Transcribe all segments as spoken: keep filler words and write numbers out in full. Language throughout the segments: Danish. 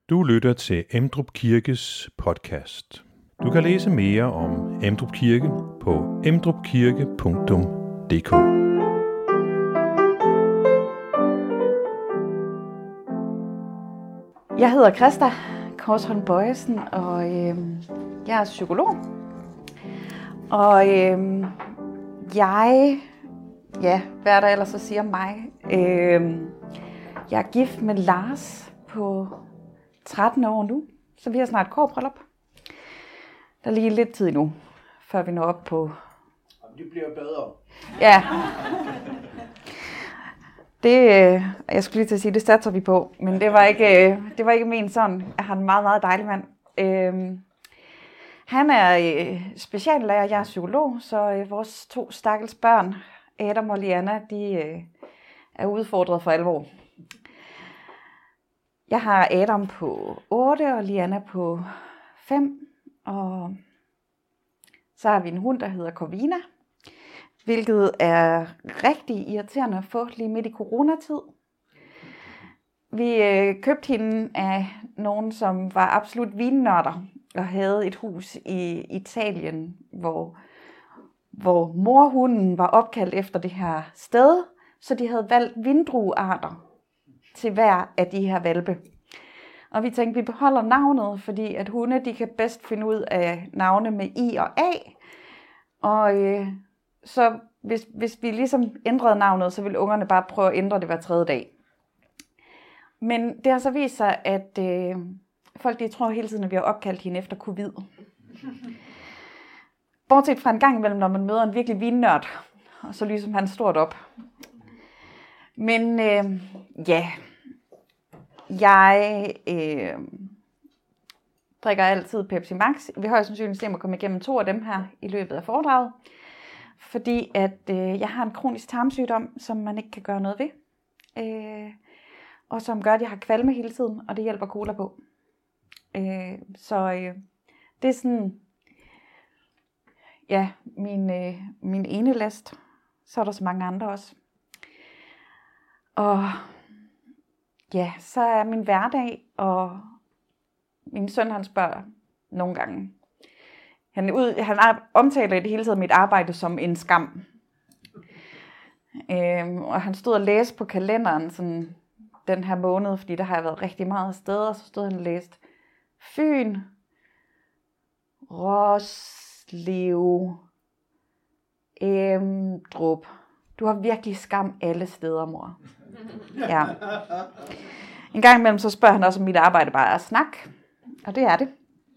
Du lytter til Emdrup Kirkes podcast. Du kan læse mere om Emdrup Kirke på emdrupkirke punktum d k. Jeg hedder Christa Korsholm Bøjesen, og øh, jeg er psykolog. Og øh, jeg, ja, hvad er der ellers at sige om mig? Øh, jeg er gift med Lars på tretten år nu, så vi har snart kobberbryllup. Der er lige lidt tid endnu, før vi når op på... Det bliver bedre. Ja. Det, jeg skulle lige til at sige, det satser vi på, men det var ikke, det var ikke min sådan. Jeg har en meget, meget dejlig mand. Øhm, han er speciallærer, jeg er psykolog, så vores to stakkels børn, Adam og Liana, de er udfordret for alvor. Jeg har Adam på otte og Liana på fem, og så har vi en hund, der hedder Corvina, hvilket er rigtig irriterende at få lige midt i coronatid. Vi øh, købte hende af nogen, som var absolut vinnørder og havde et hus i Italien, hvor, hvor morhunden var opkaldt efter det her sted, så de havde valgt vindruearter til hver af de her hvalpe. Og vi tænkte, vi beholder navnet, fordi at hunde, de kan bedst finde ud af navne med I og A. Og øh, så hvis, hvis vi ligesom ændrede navnet, så ville ungerne bare prøve at ændre det hver tredje dag. Men det har så vist sig, at øh, folk de tror hele tiden, at vi har opkaldt hende efter covid. Bortset fra en gang imellem, når man møder en virkelig vinnørd, og så lyser han stort op. Men øh, ja, jeg øh, drikker altid Pepsi Max. Vi har jo sandsynligvis at komme igennem to af dem her i løbet af foredraget. Fordi at øh, jeg har en kronisk tarmsygdom, som man ikke kan gøre noget ved. Øh, og som gør, at jeg har kvalme hele tiden, og det hjælper cola på. Øh, så øh, det er sådan, ja, min, øh, min ene last. Så er der så mange andre også. Og ja, så er min hverdag, og min søn han spørger nogle gange. Han, ud, han omtaler i det hele taget mit arbejde som en skam. Øhm, og han stod og læste på kalenderen sådan, den her måned, fordi der har jeg været rigtig meget afsted, og så stod han og læste Fyn, Roslev, Emdrup. Du har virkelig skam alle steder, mor. Ja. En gang imellem så spørger han også, om mit arbejde bare er snak. Og det er det.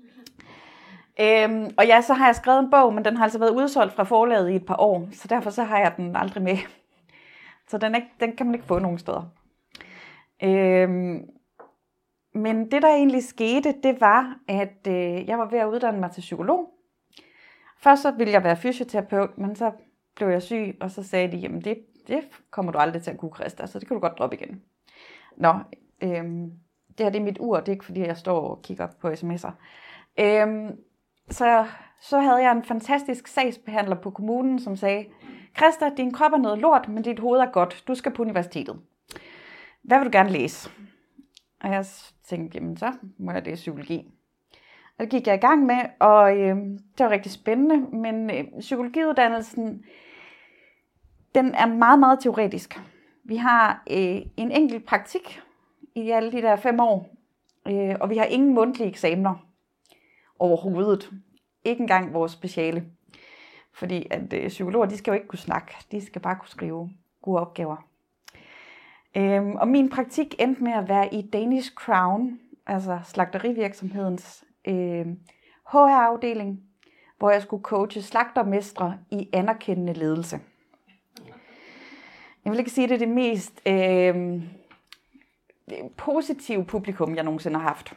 Øhm, og ja, så har jeg skrevet en bog, men den har altså været udsolgt fra forlaget i et par år. Så derfor så har jeg den aldrig med. Så den, er, den kan man ikke få nogen steder. Øhm, men det der egentlig skete, det var, at øh, jeg var ved at uddanne mig til psykolog. Først så ville jeg være fysioterapeut, men så blev jeg syg, og så sagde de, jamen det, det kommer du aldrig til at kunne, Christa, så det kan du godt droppe igen. Nå, øhm, det her det er mit ur, det er ikke fordi, jeg står og kigger på sms'er. Øhm, så, så havde jeg en fantastisk sagsbehandler på kommunen, som sagde, Christa, din krop er noget lort, men dit hoved er godt, du skal på universitetet. Hvad vil du gerne læse? Og jeg tænkte, jamen så må jeg læse psykologi. Og det gik jeg i gang med, og øh, det var rigtig spændende, men øh, psykologiuddannelsen, den er meget, meget teoretisk. Vi har øh, en enkelt praktik i alle de der fem år, øh, og vi har ingen mundtlige eksamener overhovedet. Ikke engang vores speciale. Fordi at øh, psykologer, de skal jo ikke kunne snakke, de skal bare kunne skrive gode opgaver. Øh, og min praktik endte med at være i Danish Crown, altså slagterivirksomhedens øh, H R-afdeling, hvor jeg skulle coache slagtermestre i anerkendende ledelse. Jeg vil ikke sige, at det er det mest øh, positive publikum, jeg nogensinde har haft.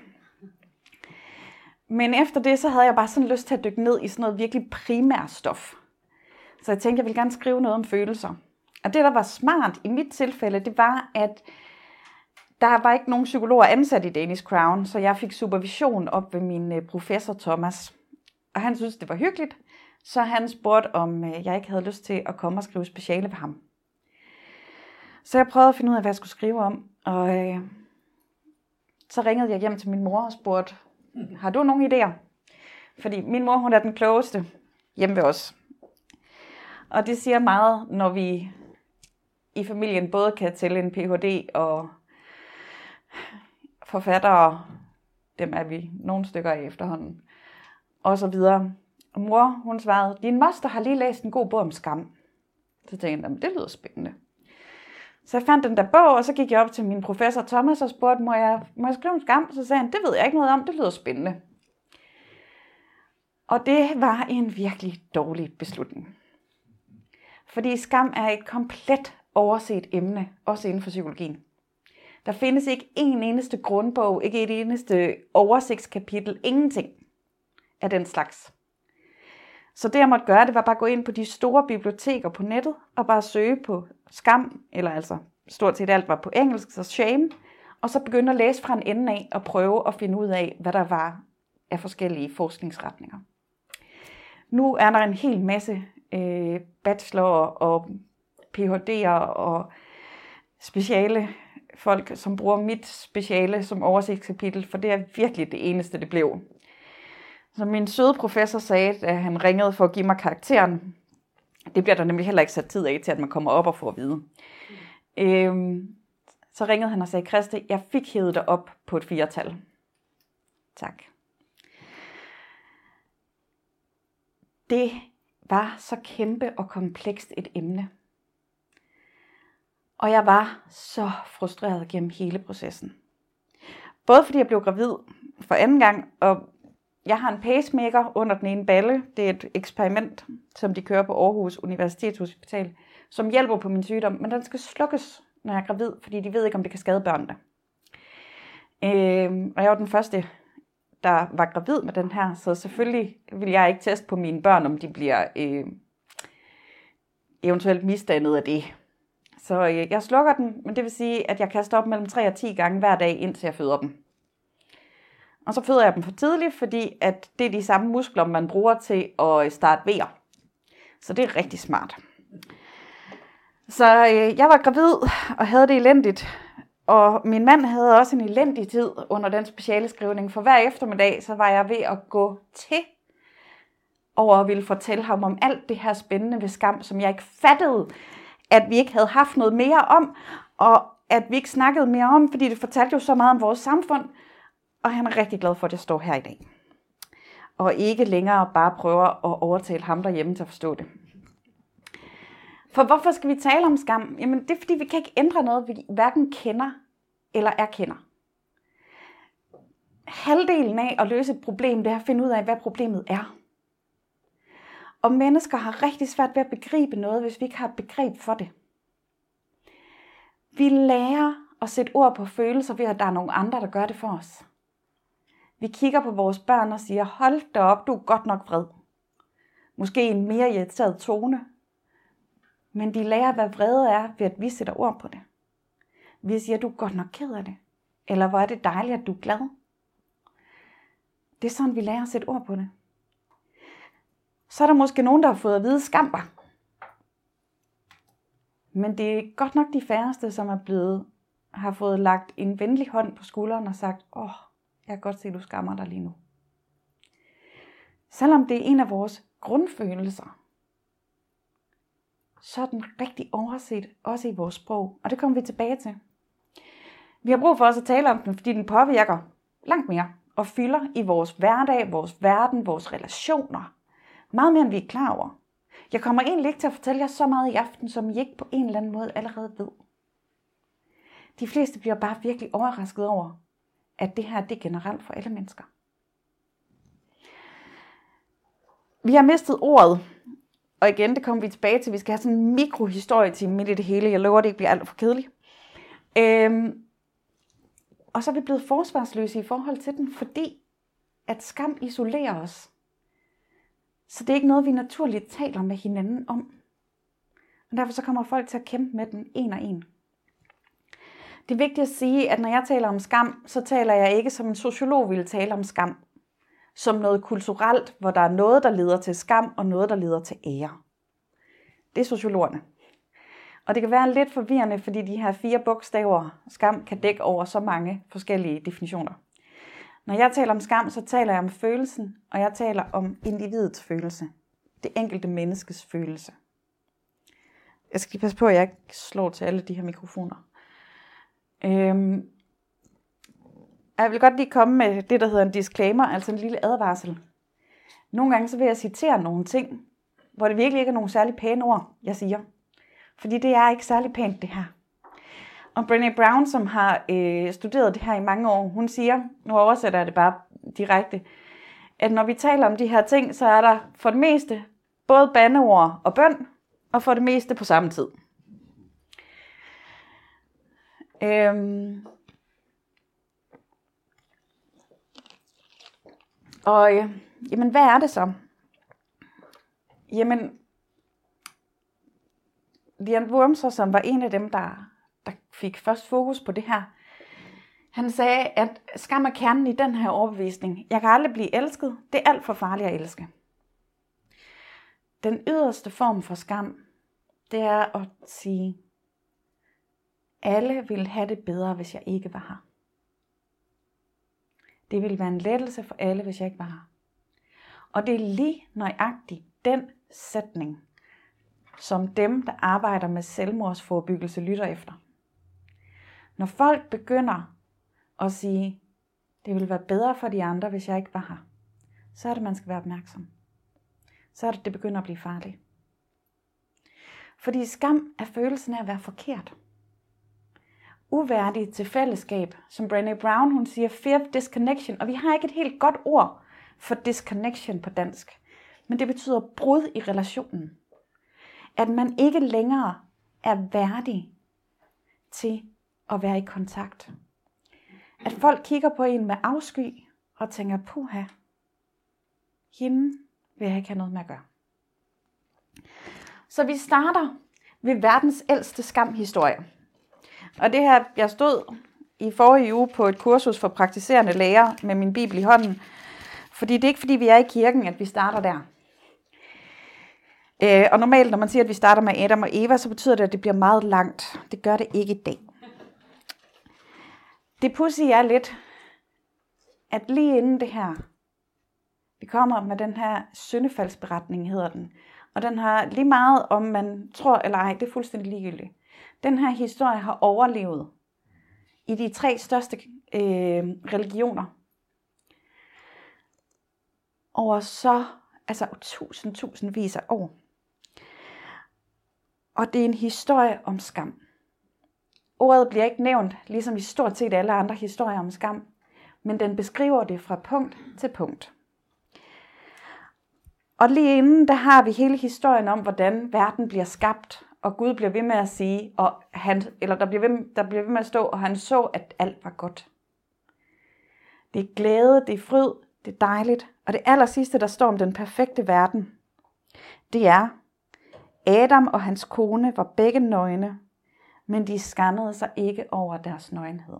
Men efter det, så havde jeg bare sådan lyst til at dykke ned i sådan noget virkelig primært stof. Så jeg tænkte, jeg ville gerne skrive noget om følelser. Og det, der var smart i mit tilfælde, det var, at der var ikke nogen psykologer ansat i Danish Crown, så jeg fik supervision op ved min professor Thomas. Og han syntes, det var hyggeligt, så han spurgte, om jeg ikke havde lyst til at komme og skrive speciale ved ham. Så jeg prøvede at finde ud af, hvad jeg skulle skrive om. Og øh, så ringede jeg hjem til min mor og spurgte, har du nogle idéer? Fordi min mor, hun er den klogeste hjemme ved os. Og det siger meget, når vi i familien både kan tælle en P H D og forfattere, dem er vi nogle stykker af efterhånden, og så videre. Og mor, hun svarede, din moster har lige læst en god bog om skam. Så tænkte jeg, det lyder spændende. Så jeg fandt den der bog, og så gik jeg op til min professor Thomas og spurgte, må jeg, må jeg skrive om skam? Så sagde han, det ved jeg ikke noget om, det lyder spændende. Og det var en virkelig dårlig beslutning. Fordi skam er et komplet overset emne, også inden for psykologien. Der findes ikke en eneste grundbog, ikke et eneste oversigtskapitel, ingenting af den slags. Så det jeg måtte gøre, det var bare at gå ind på de store biblioteker på nettet, og bare søge på skam, eller altså stort set alt var på engelsk, så shame, og så begynde at læse fra en ende af, og prøve at finde ud af, hvad der var af forskellige forskningsretninger. Nu er der en hel masse øh, bachelorer og P H D'er og speciale folk, som bruger mit speciale som oversigtskapitel, for det er virkelig det eneste, det blev. Som min søde professor sagde, da han ringede for at give mig karakteren, det bliver der nemlig heller ikke sat tid af til, at man kommer op og får at vide. Øhm, så ringede han og sagde, Christi, jeg fik hævet dig op på et firetal. Tak. Det var så kæmpe og komplekst et emne. Og jeg var så frustreret gennem hele processen. Både fordi jeg blev gravid for anden gang, og jeg har en pacemaker under den ene balle. Det er et eksperiment, som de kører på Aarhus Universitetshospital, som hjælper på min sygdom, men den skal slukkes, når jeg er gravid, fordi de ved ikke, om det kan skade børnene. Øh, og jeg var den første, der var gravid med den her, så selvfølgelig vil jeg ikke teste på mine børn, om de bliver øh, eventuelt misdannet af det. Så øh, jeg slukker den, men det vil sige, at jeg kaster op mellem tre og ti gange hver dag, indtil jeg føder dem. Og så føder jeg dem for tidligt, fordi at det er de samme muskler, man bruger til at starte vejer. Så det er rigtig smart. Så øh, jeg var gravid og havde det elendigt. Og min mand havde også en elendig tid under den speciale skrivning. For hver eftermiddag, så var jeg ved at gå til over at ville fortælle ham om alt det her spændende ved skam, som jeg ikke fattede, at vi ikke havde haft noget mere om, og at vi ikke snakkede mere om, fordi det fortalte jo så meget om vores samfund. Og han er rigtig glad for, at jeg står her i dag. Og ikke længere bare prøver at overtale ham derhjemme til at forstå det. For hvorfor skal vi tale om skam? Jamen det er fordi, vi kan ikke ændre noget, vi hverken kender eller erkender. Halvdelen af at løse et problem, det er at finde ud af, hvad problemet er. Og mennesker har rigtig svært ved at begribe noget, hvis vi ikke har et begreb for det. Vi lærer at sætte ord på følelser ved, at der er nogle andre, der gør det for os. Vi kigger på vores børn og siger, hold da op, du er godt nok vred. Måske en mere irriteret tone. Men de lærer, hvad vrede er, ved at vi sætter ord på det. Vi siger, du er godt nok ked af det. Eller hvor er det dejligt, at du er glad. Det er sådan, vi lærer at sætte ord på det. Så er der måske nogen, der har fået at vide, skam dig. Men det er godt nok de færreste, som er blevet, har fået lagt en venlig hånd på skulderen og sagt, åh, oh, jeg kan godt se, at du skammer dig lige nu. Selvom det er en af vores grundfølelser, så er den rigtig overset, også i vores sprog. Og det kommer vi tilbage til. Vi har brug for også at tale om den, fordi den påvirker langt mere og fylder i vores hverdag, vores verden, vores relationer. Meget mere, end vi er klar over. Jeg kommer egentlig ikke til at fortælle jer så meget i aften, som I ikke på en eller anden måde allerede ved. De fleste bliver bare virkelig overrasket over, at det her det er generelt for alle mennesker. Vi har mistet ordet, og igen, det kommer vi tilbage til. Vi skal have sådan en mikrohistorie til midt i det hele. Jeg lover, det ikke bliver alt for kedeligt. Øhm, og så er vi blevet forsvarsløse i forhold til den, fordi at skam isolerer os. Så det er ikke noget, vi naturligt taler med hinanden om. Og derfor så kommer folk til at kæmpe med den en og en. Det er vigtigt at sige, at når jeg taler om skam, så taler jeg ikke som en sociolog ville tale om skam. Som noget kulturelt, hvor der er noget, der leder til skam, og noget, der leder til ære. Det er sociologerne. Og det kan være lidt forvirrende, fordi de her fire bogstaver, skam, kan dække over så mange forskellige definitioner. Når jeg taler om skam, så taler jeg om følelsen, og jeg taler om individets følelse. Det enkelte menneskes følelse. Jeg skal lige passe på, at jeg ikke slår til alle de her mikrofoner. Øhm, jeg vil godt lige komme med det, der hedder en disclaimer, altså en lille advarsel. Nogle gange så vil jeg citere nogle ting, hvor det virkelig ikke er nogle særlig pæne ord, jeg siger. Fordi det er ikke særlig pænt, det her. Og Brené Brown, som har øh, studeret det her i mange år, hun siger, nu oversætter jeg det bare direkte, at når vi taler om de her ting, så er der for det meste både bandeord og bøn, og for det meste på samme tid. Øhm. Og øh, jamen, hvad er det så? Jamen, Leon Wurmser, som var en af dem, der, der fik først fokus på det her, han sagde, at skam er kernen i den her overbevisning. Jeg kan aldrig blive elsket. Det er alt for farligt at elske. Den yderste form for skam, det er at sige, alle ville have det bedre, hvis jeg ikke var her. Det ville være en lettelse for alle, hvis jeg ikke var her. Og det er lige nøjagtigt den sætning, som dem, der arbejder med selvmordsforebyggelse, lytter efter. Når folk begynder at sige, det ville være bedre for de andre, hvis jeg ikke var her, så er det, man skal være opmærksom. Så er det, det begynder at blive farligt. Fordi skam er følelsen af at være forkert. Uværdig til fællesskab, som Brené Brown, hun siger, fear of disconnection. Og vi har ikke et helt godt ord for disconnection på dansk. Men det betyder brud i relationen. At man ikke længere er værdig til at være i kontakt. At folk kigger på en med afsky og tænker, puha, hende vil jeg ikke have noget med at gøre. Så vi starter ved verdens ældste skamhistorie. Og det her, jeg stod i forrige uge på et kursus for praktiserende læger med min bibel i hånden. Fordi det er ikke fordi, vi er i kirken, at vi starter der. Øh, og normalt, når man siger, at vi starter med Adam og Eva, så betyder det, at det bliver meget langt. Det gør det ikke i dag. Det pudsige er lidt, at lige inden det her, vi kommer med den her syndefaldsberetning, hedder den. Og den har lige meget, om man tror eller ej, det er fuldstændig ligegyldigt. Den her historie har overlevet i de tre største øh, religioner. Over så, altså tusind, tusindvis af år. Og det er en historie om skam. Ordet bliver ikke nævnt, ligesom i stort set alle andre historier om skam, men den beskriver det fra punkt til punkt. Og lige inden, der har vi hele historien om, hvordan verden bliver skabt, og Gud bliver ved med at sige, og han, eller der bliver, ved, der bliver ved med at stå, og han så, at alt var godt. Det er glæde, det er fryd, det er dejligt. Og det aller sidste, der står om den perfekte verden, det er, Adam og hans kone var begge nøgne, men de skammede sig ikke over deres nøgenhed.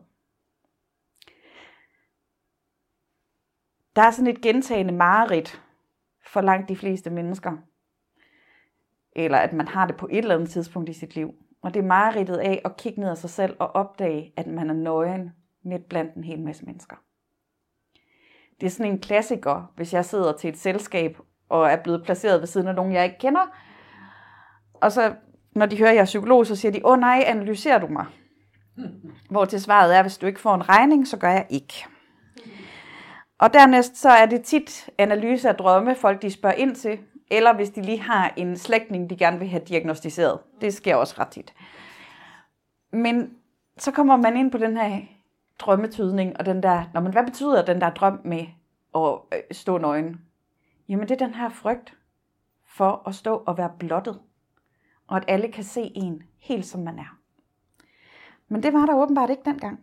Der er sådan et gentagende mareridt for langt de fleste mennesker. Eller at man har det på et eller andet tidspunkt i sit liv. Og det er mareridtet af at kigge ned ad sig selv og opdage, at man er nøgen midt blandt en hel masse mennesker. Det er sådan en klassiker, hvis jeg sidder til et selskab og er blevet placeret ved siden af nogen, jeg ikke kender. Og så, når de hører, at jeg er psykolog, så siger de, åh nej, analyserer du mig? Hvor til svaret er, hvis du ikke får en regning, så gør jeg ikke. Og dernæst så er det tit analyse af drømme, folk de spørger ind til, eller hvis de lige har en slægtning, de gerne vil have diagnostiseret. Det sker også ret tit. Men så kommer man ind på den her drømmetydning, og den der, nå, men hvad betyder den der drøm med at stå nøgen? Jamen det er den her frygt for at stå og være blottet, og at alle kan se en helt som man er. Men det var der åbenbart ikke dengang.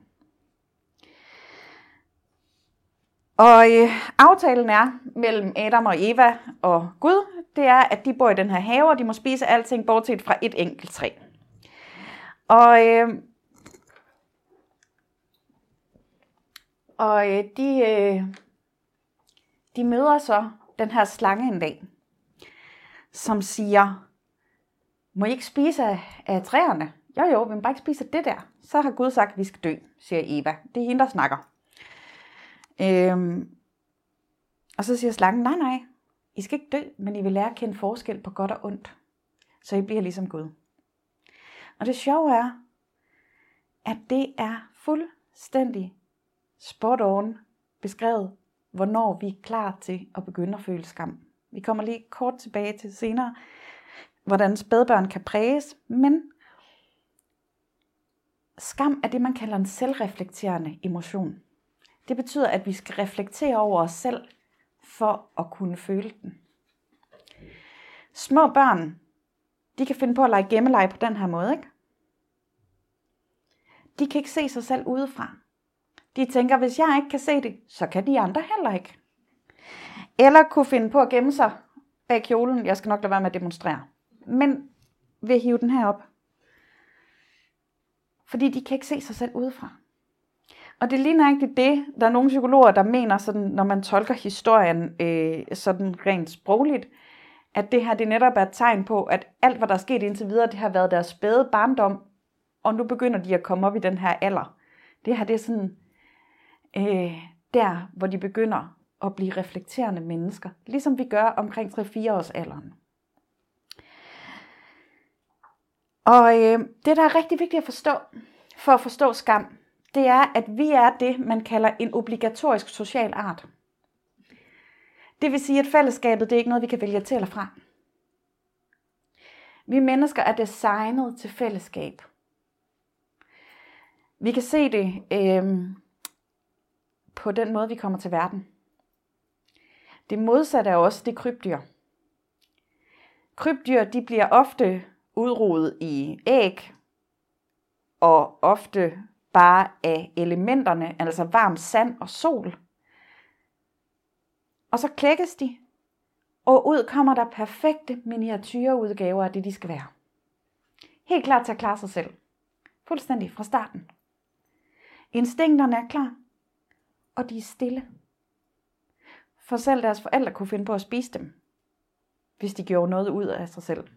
Og øh, aftalen er mellem Adam og Eva og Gud, det er, at de bor i den her have, og de må spise alting bortset fra et enkelt træ. Og, øh, og øh, de, øh, de møder så den her slange en dag, som siger, må I ikke spise af, af træerne? Jo jo, vi må bare ikke spise af det der. Så har Gud sagt, at vi skal dø, siger Eva. Det er hende, der snakker. Øhm, og så siger slangen, nej nej, I skal ikke dø, men I vil lære at kende forskel på godt og ondt. Så I bliver ligesom Gud. Og det sjove er, at det er fuldstændig spot on beskrevet, hvornår vi er klar til at begynde at føle skam. Vi kommer lige kort tilbage til senere, hvordan spædbørn kan præges, men skam er det, man kalder en selvreflekterende emotion. Det betyder, at vi skal reflektere over os selv, for at kunne føle den. Små børn, de kan finde på at lege gemmeleg på den her måde, ikke? De kan ikke se sig selv udefra. De tænker, hvis jeg ikke kan se det, så kan de andre heller ikke. Eller kunne finde på at gemme sig bag kjolen. Jeg skal nok lade være med at demonstrere. Men vil hive den her op. Fordi de kan ikke se sig selv udefra. Og det er lige nøjagtigt det, der er nogle psykologer, der mener, sådan, når man tolker historien øh, sådan rent sprogligt, at det her det netop er et tegn på, at alt, hvad der er sket indtil videre, det har været deres spæde barndom, og nu begynder de at komme op i den her alder. Det her det er sådan øh, der, hvor de begynder at blive reflekterende mennesker, ligesom vi gør omkring tre til fire års alderen. Og øh, det, der er rigtig vigtigt at forstå, for at forstå skam, det er, at vi er det, man kalder en obligatorisk social art. Det vil sige, at fællesskabet det er ikke noget, vi kan vælge til eller fra. Vi mennesker er designet til fællesskab. Vi kan se det øh, på den måde, vi kommer til verden. Det modsatte er også det krybdyr. Krybdyr de bliver ofte udruget i æg, og ofte bare af elementerne, altså varm sand og sol. Og så klækkes de, og ud kommer der perfekte miniatyrudgaver af det, de skal være. Helt klar til at klare sig selv. Fuldstændig fra starten. Instinkterne er klar, og de er stille. For selv deres forældre kunne finde på at spise dem, hvis de gjorde noget ud af sig selv.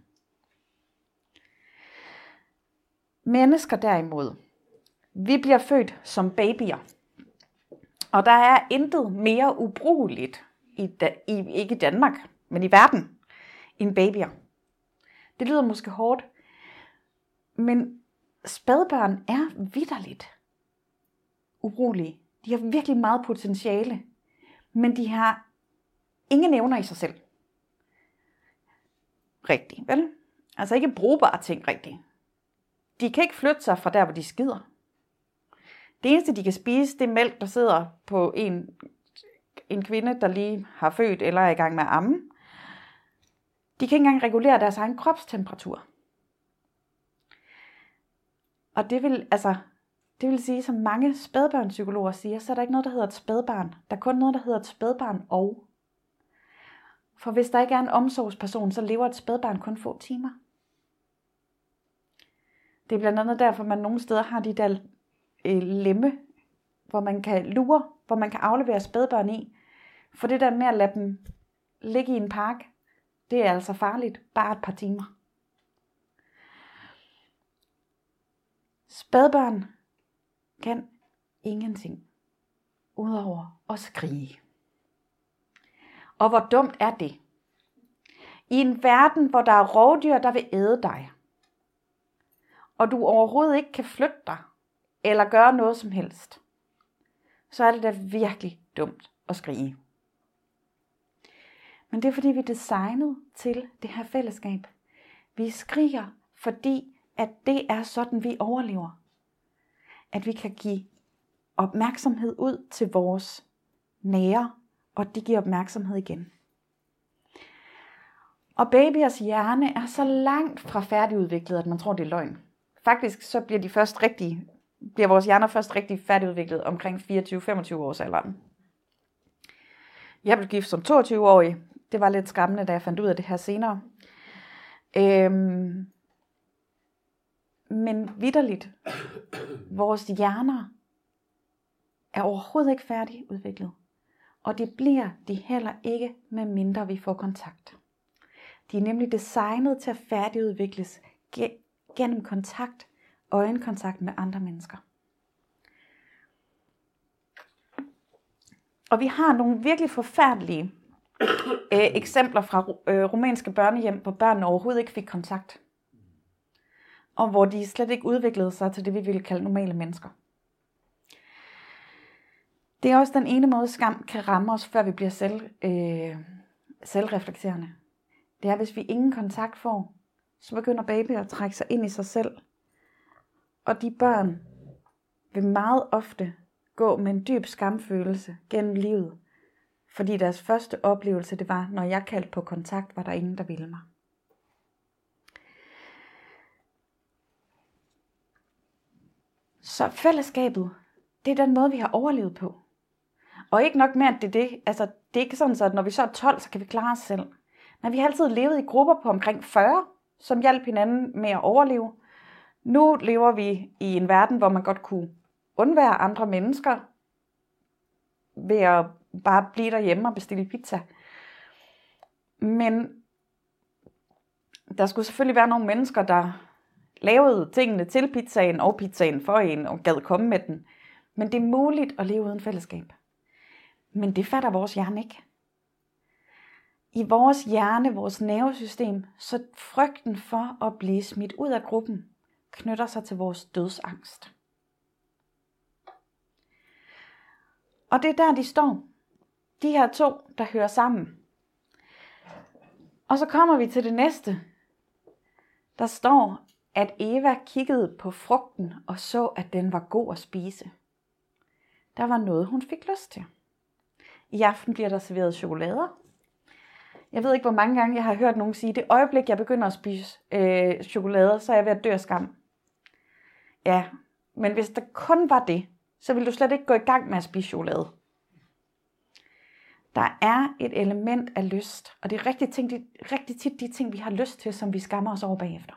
Mennesker derimod, vi bliver født som babyer. Og der er intet mere ubrugeligt, i, da, i, ikke i Danmark, men i verden, end babyer. Det lyder måske hårdt, men spædbørn er vitterligt ubrugelige. De har virkelig meget potentiale, men de har ingen evner i sig selv. Rigtigt, vel? Altså ikke brugbare ting rigtigt. De kan ikke flytte sig fra der, hvor de skider. Det eneste, de kan spise, det er mælk, der sidder på en, en kvinde, der lige har født eller er i gang med at amme. De kan ikke engang regulere deres egen kropstemperatur. Og det vil, altså, det vil sige, som mange spædbørnspsykologer siger, så er der ikke noget, der hedder et spædbarn. Der er kun noget, der hedder et spædbarn og. For hvis der ikke er en omsorgsperson, så lever et spædbarn kun få timer. Det er blandt andet derfor, man nogle steder har de der øh, lemme, hvor man kan lure, hvor man kan aflevere spædbørn i. For det der med at lade dem ligge i en park, det er altså farligt, bare et par timer. Spædbørn kan ingenting, udover at skrige. Og hvor dumt er det? I en verden, hvor der er rovdyr, der vil æde dig, og du overhovedet ikke kan flytte dig, eller gøre noget som helst, så er det da virkelig dumt at skrige. Men det er fordi, vi er designet til det her fællesskab. Vi skriger, fordi at det er sådan, vi overlever. At vi kan give opmærksomhed ud til vores nære, og de giver opmærksomhed igen. Og babyers hjerne er så langt fra færdigudviklet, at man tror, det er løgn. Faktisk så bliver, de først rigtig, bliver vores hjerner først rigtig færdigudviklet omkring fireogtyve til femogtyve års alderen. Jeg blev gift som toogtyve-årig. Det var lidt skræmmende, da jeg fandt ud af det her senere. Øhm, men vitterligt, vores hjerner er overhovedet ikke færdigudviklet. Og det bliver de heller ikke, med mindre vi får kontakt. De er nemlig designet til at færdigudvikles gennem kontakt, øjenkontakt med andre mennesker. Og vi har nogle virkelig forfærdelige øh, eksempler fra øh, rumænske børnehjem, hvor børnene overhovedet ikke fik kontakt. Og hvor de slet ikke udviklede sig til det, vi ville kalde normale mennesker. Det er også den ene måde, skam kan ramme os, før vi bliver selv, øh, selvreflekterende. Det er, hvis vi ingen kontakt får, så begynder babyer at trække sig ind i sig selv. Og de børn vil meget ofte gå med en dyb skamfølelse gennem livet. Fordi deres første oplevelse, det var, når jeg kaldte på kontakt, var der ingen, der ville mig. Så fællesskabet, det er den måde, vi har overlevet på. Og ikke nok med, at det er det. Altså, det er ikke sådan, at når vi så er tolv, så kan vi klare os selv. Men vi har altid levet i grupper på omkring fyrre, som hjalp hinanden med at overleve. Nu lever vi i en verden, hvor man godt kunne undvære andre mennesker ved at bare blive derhjemme og bestille pizza. Men der skulle selvfølgelig være nogle mennesker, der lavede tingene til pizzaen og pizzaen for en og gad komme med den. Men det er muligt at leve uden fællesskab. Men det fatter vores hjerne ikke. I vores hjerne, vores nervesystem, så frygten for at blive smidt ud af gruppen knytter sig til vores dødsangst. Og det er der, de står. De her to, der hører sammen. Og så kommer vi til det næste. Der står, at Eva kiggede på frugten og så, at den var god at spise. Der var noget, hun fik lyst til. I aften bliver der serveret chokolader. Jeg ved ikke, hvor mange gange jeg har hørt nogen sige, det øjeblik, jeg begynder at spise øh, chokolader, så er jeg ved at dø af skam. Ja, men hvis der kun var det, så ville du slet ikke gå i gang med at spise chokolade. Der er et element af lyst, og det er rigtig, ting, det er rigtig tit de ting, vi har lyst til, som vi skammer os over bagefter.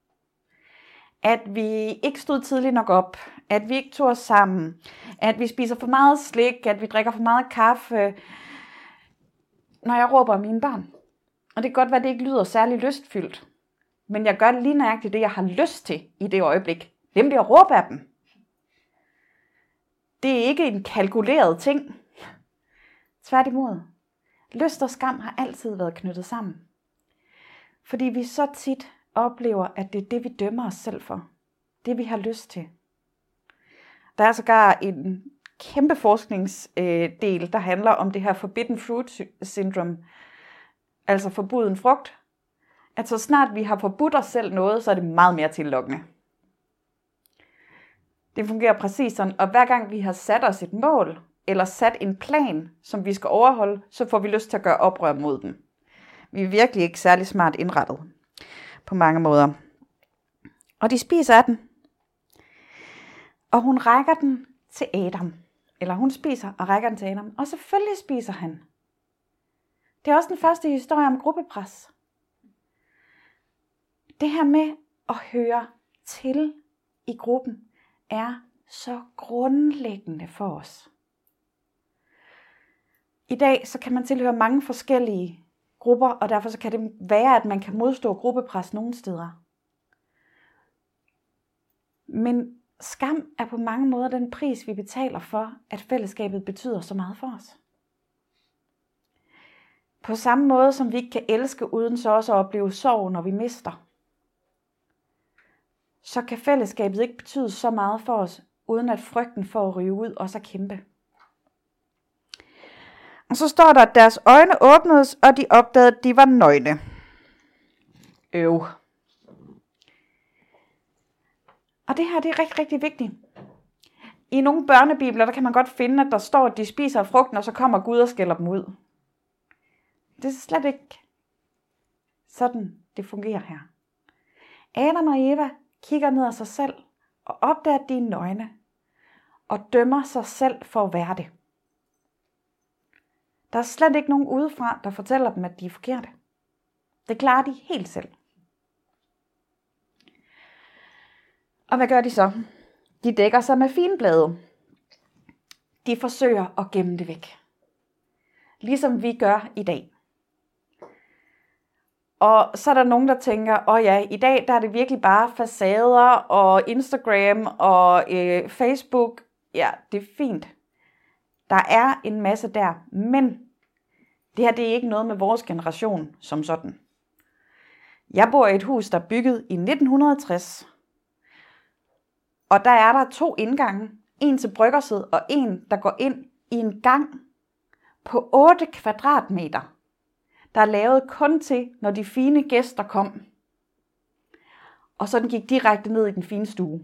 At vi ikke stod tidligt nok op, at vi ikke tog os sammen, at vi spiser for meget slik, at vi drikker for meget kaffe, når jeg råber af mine børn. Og det kan godt være, at det ikke lyder særlig lystfyldt, men jeg gør lige nøjagtigt det, jeg har lyst til i det øjeblik, nemlig at råbe af dem. Det er ikke en kalkuleret ting. Tværtimod. Lyst og skam har altid været knyttet sammen. Fordi vi så tit oplever, at det er det, vi dømmer os selv for. Det, vi har lyst til. Der er sågar en kæmpe forskningsdel, der handler om det her forbidden fruit syndrome. Altså forbuden frugt. At så snart vi har forbudt os selv noget, så er det meget mere tillokkende. Det fungerer præcis sådan, og hver gang vi har sat os et mål, eller sat en plan, som vi skal overholde, så får vi lyst til at gøre oprør mod den. Vi er virkelig ikke særlig smart indrettet på mange måder. Og de spiser af den. Og hun rækker den til Adam. Eller hun spiser og rækker den til Adam. Og selvfølgelig spiser han. Det er også den første historie om gruppepres. Det her med at høre til i gruppen er så grundlæggende for os. I dag så kan man tilhøre mange forskellige grupper, og derfor så kan det være, at man kan modstå gruppepres nogle steder. Men skam er på mange måder den pris, vi betaler for, at fællesskabet betyder så meget for os. På samme måde som vi ikke kan elske uden så også at opleve sorg, når vi mister, så kan fællesskabet ikke betyde så meget for os, uden at frygten for at ryge ud også er kæmpe. Og så står der, at deres øjne åbnedes, og de opdagede, at de var nøgne. Øv. Og det her, det er rigtig, rigtig vigtigt. I nogle børnebibler, der kan man godt finde, at der står, at de spiser frugten, og så kommer Gud og skælder dem ud. Det er slet ikke sådan, det fungerer her. Adam og Eva kigger ned af sig selv, og opdager, at de er nøgne, og dømmer sig selv for at være det. Der er slet ikke nogen udefra, der fortæller dem, at de er forkerte. Det klarer de helt selv. Og hvad gør de så? De dækker sig med finblade. De forsøger at gemme det væk. Ligesom vi gør i dag. Og så er der nogen, der tænker, åh oh ja, i dag der er det virkelig bare facader og Instagram og øh, Facebook. Ja, det er fint. Der er en masse der, men det her det er ikke noget med vores generation som sådan. Jeg bor i et hus, der er bygget i nitten tres. Og der er der to indgange. En til bryggerset og en, der går ind i en gang på otte kvadratmeter. Der er lavet kun til, når de fine gæster kom. Og så den gik direkte ned i den fine stue.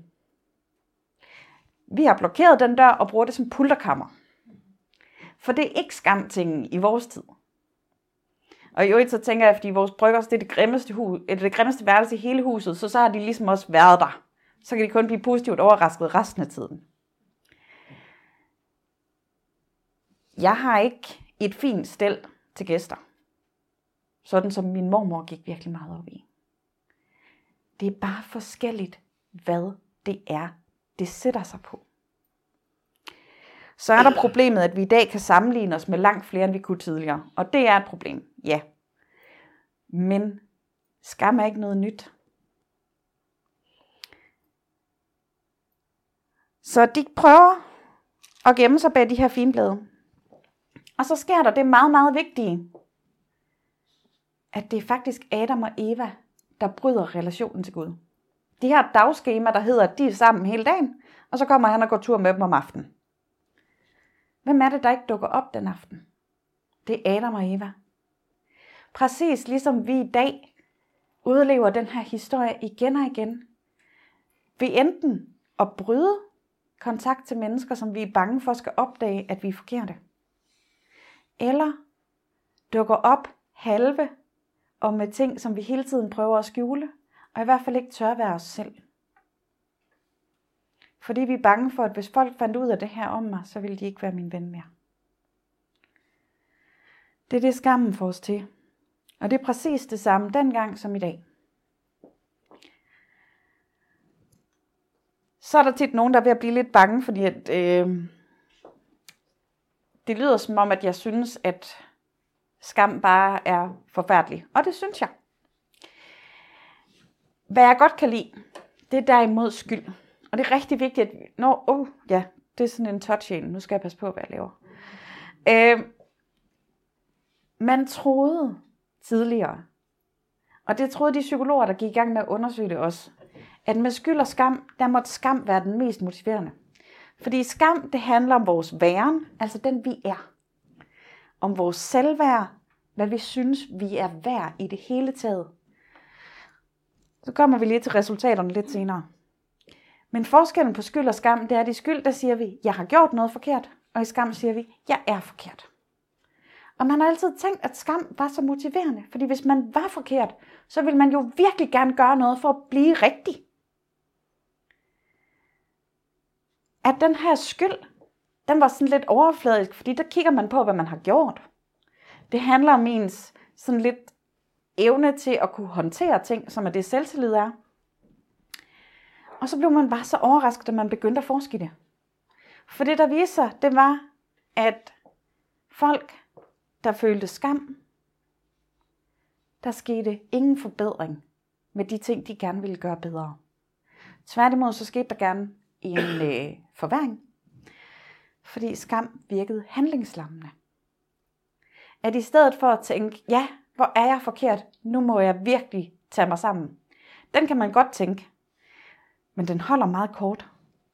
Vi har blokeret den dør og bruger det som pulterkammer. For det er ikke skamtingen i vores tid. Og i øvrigt så tænker jeg, fordi vores bryggers, det er det grimmeste, hus, eller det grimmeste værelse i hele huset, så så har de ligesom også været der. Så kan de kun blive positivt overrasket resten af tiden. Jeg har ikke et fint stel til gæster. Sådan som min mormor gik virkelig meget op i. Det er bare forskelligt, hvad det er, det sætter sig på. Så er der problemet, at vi i dag kan sammenligne os med langt flere, end vi kunne tidligere. Og det er et problem, ja. Men skam er ikke noget nyt. Så de prøver at gemme sig bag de her figenblade. Og så sker der det meget, meget vigtige, at det er faktisk Adam og Eva, der bryder relationen til Gud. De her dagskema, der hedder, at de er sammen hele dagen, og så kommer han og går tur med dem om aftenen. Hvem er det, der ikke dukker op den aften? Det er Adam og Eva. Præcis ligesom vi i dag udlever den her historie igen og igen. Vi enten at bryde kontakt til mennesker, som vi er bange for skal opdage, at vi er forkerte. Eller dukker op halve og med ting, som vi hele tiden prøver at skjule, og i hvert fald ikke tør være os selv. Fordi vi er bange for, at hvis folk fandt ud af det her om mig, så ville de ikke være min ven mere. Det er det, skammen får os til. Og det er præcis det samme dengang som i dag. Så er der tit nogen, der er ved at blive lidt bange, fordi at, øh, det lyder som om, at jeg synes, at skam bare er forfærdelig. Og det synes jeg. Hvad jeg godt kan lide, det er derimod skyld. Og det er rigtig vigtigt, at... Nå, oh, ja, det er sådan en touch en. Nu skal jeg passe på, hvad jeg laver. Øh, man troede tidligere, og det troede de psykologer, der gik i gang med at undersøge det også, at med skyld og skam, der måtte skam være den mest motiverende. Fordi skam, det handler om vores væren, altså den vi er. Om vores selvværd, hvad vi synes, vi er værd i det hele taget. Så kommer vi lige til resultaterne lidt senere. Men forskellen på skyld og skam, det er, at i skyld, der siger vi, jeg har gjort noget forkert, og i skam siger vi, jeg er forkert. Og man har altid tænkt, at skam var så motiverende, fordi hvis man var forkert, så ville man jo virkelig gerne gøre noget for at blive rigtig. At den her skyld, den var sådan lidt overfladisk, fordi der kigger man på, hvad man har gjort. Det handler om ens sådan lidt evne til at kunne håndtere ting, som er det selvtillid er. Og så blev man bare så overrasket, da man begyndte at forske i det. For det, der viste sig, det var, at folk, der følte skam, der skete ingen forbedring med de ting, de gerne ville gøre bedre. Tværtimod så skete der gerne en øh, forværring, fordi skam virkede handlingslammende. At i stedet for at tænke, ja, hvor er jeg forkert, nu må jeg virkelig tage mig sammen. Den kan man godt tænke, men den holder meget kort.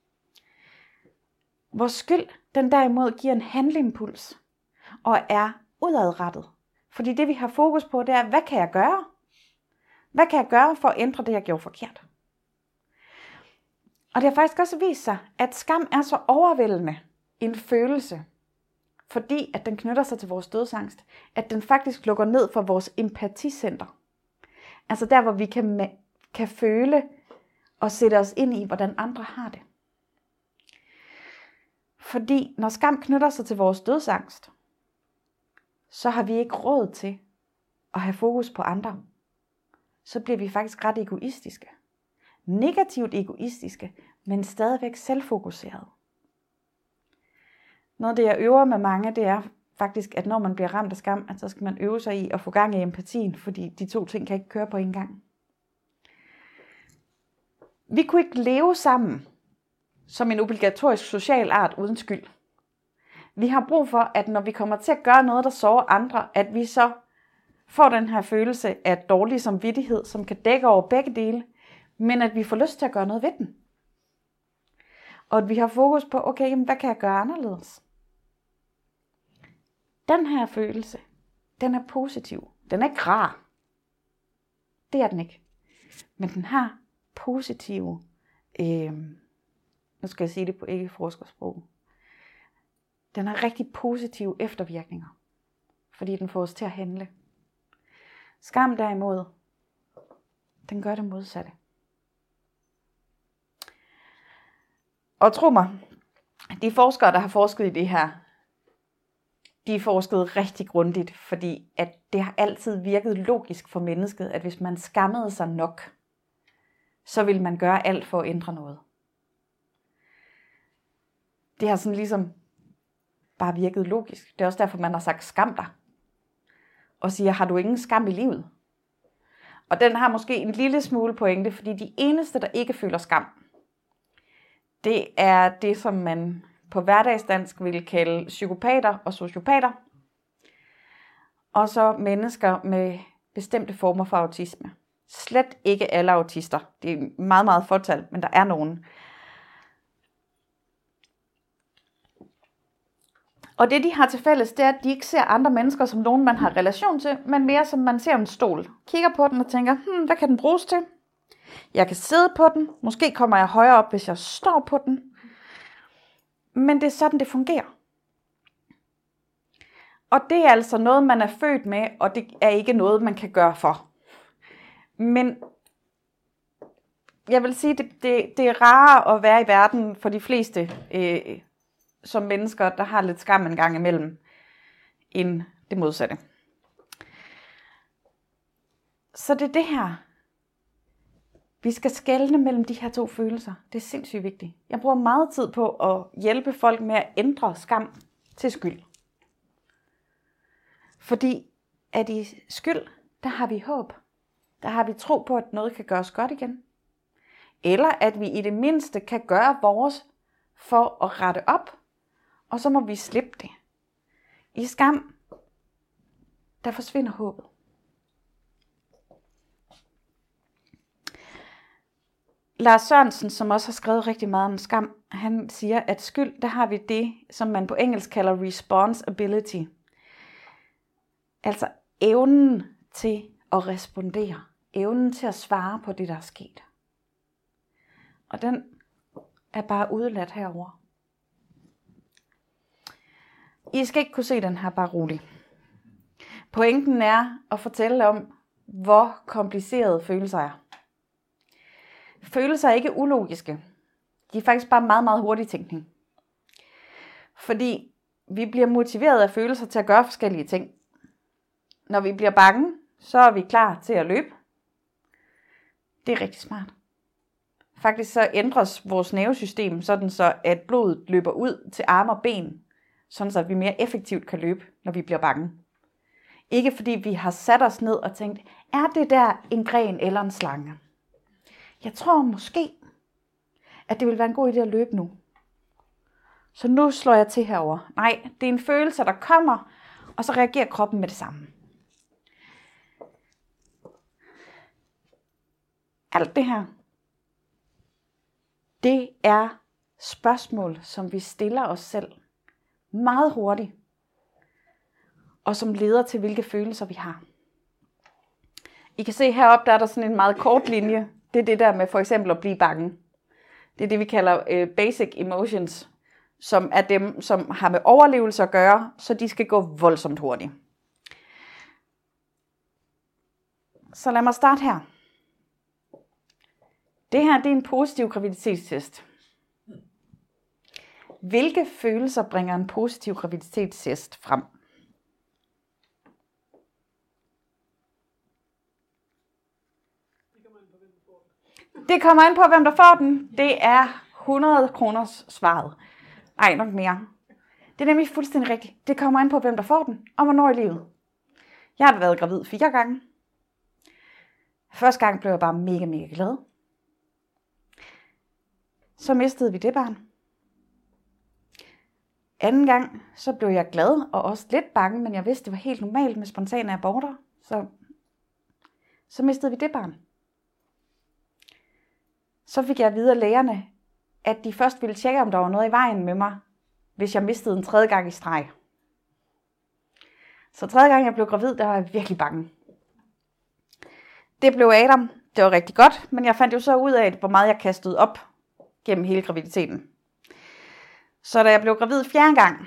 Vores skyld, den derimod giver en handleimpuls og er udadrettet. Fordi det vi har fokus på, det er, hvad kan jeg gøre? Hvad kan jeg gøre for at ændre det, jeg gjorde forkert? Og det har faktisk også vist sig, at skam er så overvældende en følelse, fordi at den knytter sig til vores dødsangst, at den faktisk lukker ned for vores empaticenter. Altså der, hvor vi kan, kan føle og sætte os ind i, hvordan andre har det. Fordi når skam knytter sig til vores dødsangst, så har vi ikke råd til at have fokus på andre. Så bliver vi faktisk ret egoistiske. Negativt egoistiske, men stadigvæk selvfokuserede. Noget af det, jeg øver med mange, det er faktisk, at når man bliver ramt af skam, at så skal man øve sig i at få gang i empatien, fordi de to ting kan ikke køre på en gang. Vi kunne ikke leve sammen som en obligatorisk social art uden skyld. Vi har brug for, at når vi kommer til at gøre noget, der sårer andre, at vi så får den her følelse af dårlig samvittighed, som kan dække over begge dele, men at vi får lyst til at gøre noget ved den. Og at vi har fokus på, okay, jamen, hvad kan jeg gøre anderledes? Den her følelse, den er positiv. Den er ikke rar. Det er den ikke. Men den har positive, øh, nu skal jeg sige det på ikke-forskersprog, den har rigtig positive eftervirkninger, fordi den får os til at handle. Skam derimod, den gør det modsatte. Og tro mig, de forskere, der har forsket i det her, de har forsket rigtig grundigt, fordi at det har altid virket logisk for mennesket, at hvis man skammede sig nok, så ville man gøre alt for at ændre noget. Det har sådan ligesom bare virket logisk. Det er også derfor, man har sagt skam dig. Og siger, har du ingen skam i livet? Og den har måske en lille smule pointe, fordi de eneste, der ikke føler skam, det er det, som man på hverdagsdansk vil kalde psykopater og sociopater. Og så mennesker med bestemte former for autisme. Slet ikke alle autister. Det er meget, meget fåtal, men der er nogen. Og det, de har til fælles, det er, at de ikke ser andre mennesker som nogen, man har relation til, men mere som man ser en stol. Kigger på den og tænker, hmm, hvad kan den bruges til? Jeg kan sidde på den. Måske kommer jeg højere op, hvis jeg står på den. Men det er sådan, det fungerer. Og det er altså noget, man er født med, og det er ikke noget, man kan gøre for. Men jeg vil sige, det, det, det er rarere at være i verden for de fleste øh, som mennesker, der har lidt skam en gang imellem, end det modsatte. Så det er det her. Vi skal skelne mellem de her to følelser. Det er sindssygt vigtigt. Jeg bruger meget tid på at hjælpe folk med at ændre skam til skyld. Fordi at i skyld, der har vi håb. Der har vi tro på, at noget kan gøres godt igen. Eller at vi i det mindste kan gøre vores for at rette op, og så må vi slippe det. I skam, der forsvinder håbet. Lars Sørensen, som også har skrevet rigtig meget om skam, han siger, at skyld, der har vi det, som man på engelsk kalder responsibility. Altså evnen til at respondere. Evnen til at svare på det, der er sket. Og den er bare udeladt herover. I skal ikke kunne se den her, bare rolig. Pointen er at fortælle om, hvor komplicerede følelser er. Følelser er ikke ulogiske. De er faktisk bare meget, meget hurtig tænkning. Fordi vi bliver motiveret af følelser til at gøre forskellige ting. Når vi bliver bange, så er vi klar til at løbe. Det er rigtig smart. Faktisk så ændres vores nervesystem, sådan så at blodet løber ud til arme og ben, sådan så at vi mere effektivt kan løbe, når vi bliver bange. Ikke fordi vi har sat os ned og tænkt, er det der en gren eller en slange? Jeg tror måske, at det vil være en god idé at løbe nu. Så nu slår jeg til herover. Nej, det er en følelse, der kommer, og så reagerer kroppen med det samme. Alt det her, det er spørgsmål, som vi stiller os selv meget hurtigt, og som leder til, hvilke følelser vi har. I kan se heroppe, der er der sådan en meget kort linje. Det er det der med for eksempel at blive bange. Det er det, vi kalder øh, basic emotions, som er dem, som har med overlevelse at gøre, så de skal gå voldsomt hurtigt. Så lad mig starte her. Det her, det er en positiv graviditetstest. Hvilke følelser bringer en positiv graviditetstest frem? Det kommer an på, hvem der får den. Det er hundrede kroners svaret. Ej, nok mere. Det er nemlig fuldstændig rigtigt. Det kommer an på, hvem der får den, og hvornår i livet. Jeg har været gravid fire gange. Første gang blev jeg bare mega, mega glad. Så mistede vi det barn. Anden gang, så blev jeg glad og også lidt bange, men jeg vidste, det var helt normalt med spontane aborter. Så, så mistede vi det barn. Så fik jeg at vide af lægerne, at de først ville tjekke, om der var noget i vejen med mig, hvis jeg mistede en tredje gang i streg. Så tredje gang, jeg blev gravid, der var jeg virkelig bange. Det blev Adam. Det var rigtig godt, men jeg fandt jo så ud af, hvor meget jeg kastede op gennem hele graviditeten. Så da jeg blev gravid fjerde gang,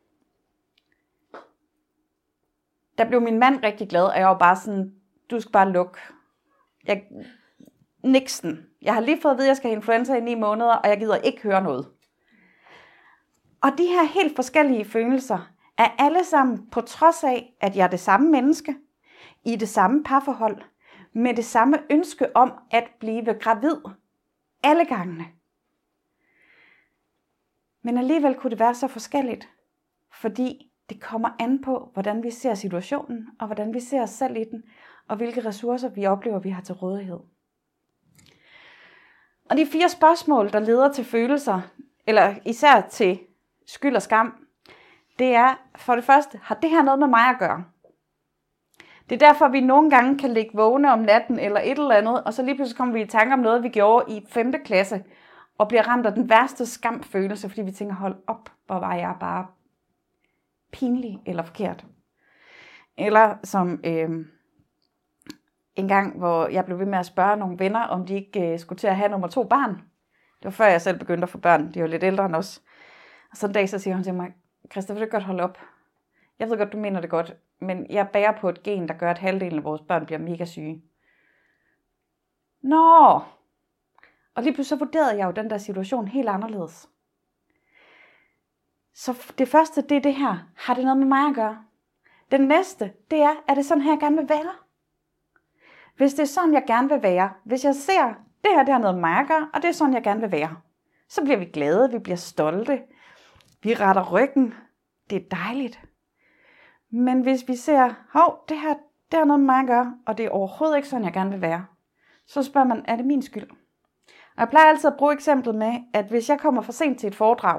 der blev min mand rigtig glad, og jeg var bare sådan, du skal bare lukke. Jeg, niksen. Jeg har lige fået at vide, at jeg skal have influenza i ni måneder, og jeg gider ikke høre noget. Og de her helt forskellige følelser er alle sammen på trods af, at jeg er det samme menneske, i det samme parforhold, med det samme ønske om at blive gravid alle gangene. Men alligevel kunne det være så forskelligt, fordi det kommer an på, hvordan vi ser situationen, og hvordan vi ser os selv i den, og hvilke ressourcer vi oplever, vi har til rådighed. Og de fire spørgsmål, der leder til følelser, eller især til skyld og skam, det er for det første, har det her noget med mig at gøre? Det er derfor, vi nogle gange kan ligge vågne om natten eller et eller andet, og så lige pludselig kommer vi i tanke om noget, vi gjorde i femte klasse, og bliver ramt af den værste skamfølelse, fordi vi tænker, hold op, hvor var jeg bare pinlig eller forkert. Eller som øh, en gang, hvor jeg blev ved med at spørge nogle venner, om de ikke øh, skulle til at have nummer to barn. Det var før jeg selv begyndte at få børn, de var lidt ældre end os. Og så en dag, så siger hun til mig, Christa, vil du godt holde op? Jeg ved godt, du mener det godt, men jeg bærer på et gen, der gør, at halvdelen af vores børn bliver mega syge. Nå! Og lige pludselig så vurderede jeg jo den der situation helt anderledes. Så det første, det er det her. Har det noget med mig at gøre? Den næste, det er, er det sådan her, jeg gerne vil være? Hvis det er sådan, jeg gerne vil være, hvis jeg ser, det her, det har noget med mig at gøre, og det er sådan, jeg gerne vil være, så bliver vi glade, vi bliver stolte, vi retter ryggen, det er dejligt. Men hvis vi ser, hov, det her, det har noget med mig at gøre, og det er overhovedet ikke sådan, jeg gerne vil være, så spørger man, er det min skyld? Og jeg plejer altid at bruge eksemplet med, at hvis jeg kommer for sent til et foredrag,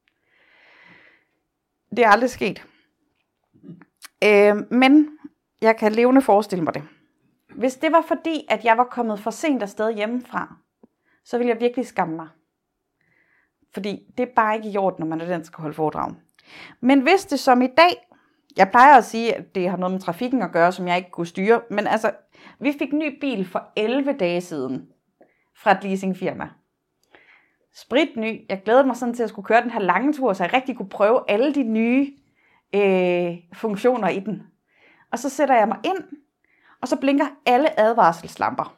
det er aldrig sket, øh, men jeg kan levende forestille mig det. Hvis det var fordi, at jeg var kommet for sent afsted hjemmefra, så ville jeg virkelig skamme mig. Fordi det er bare ikke i orden, når man er den, der skal holde foredrag. Men hvis det som i dag, jeg plejer at sige, at det har noget med trafikken at gøre, som jeg ikke kunne styre, men altså, vi fik en ny bil for elleve dage siden fra et leasingfirma. Spritny. Jeg glædede mig sådan til at skulle køre den her lange tur, så jeg rigtig kunne prøve alle de nye øh, funktioner i den. Og så sætter jeg mig ind, og så blinker alle advarselslamper.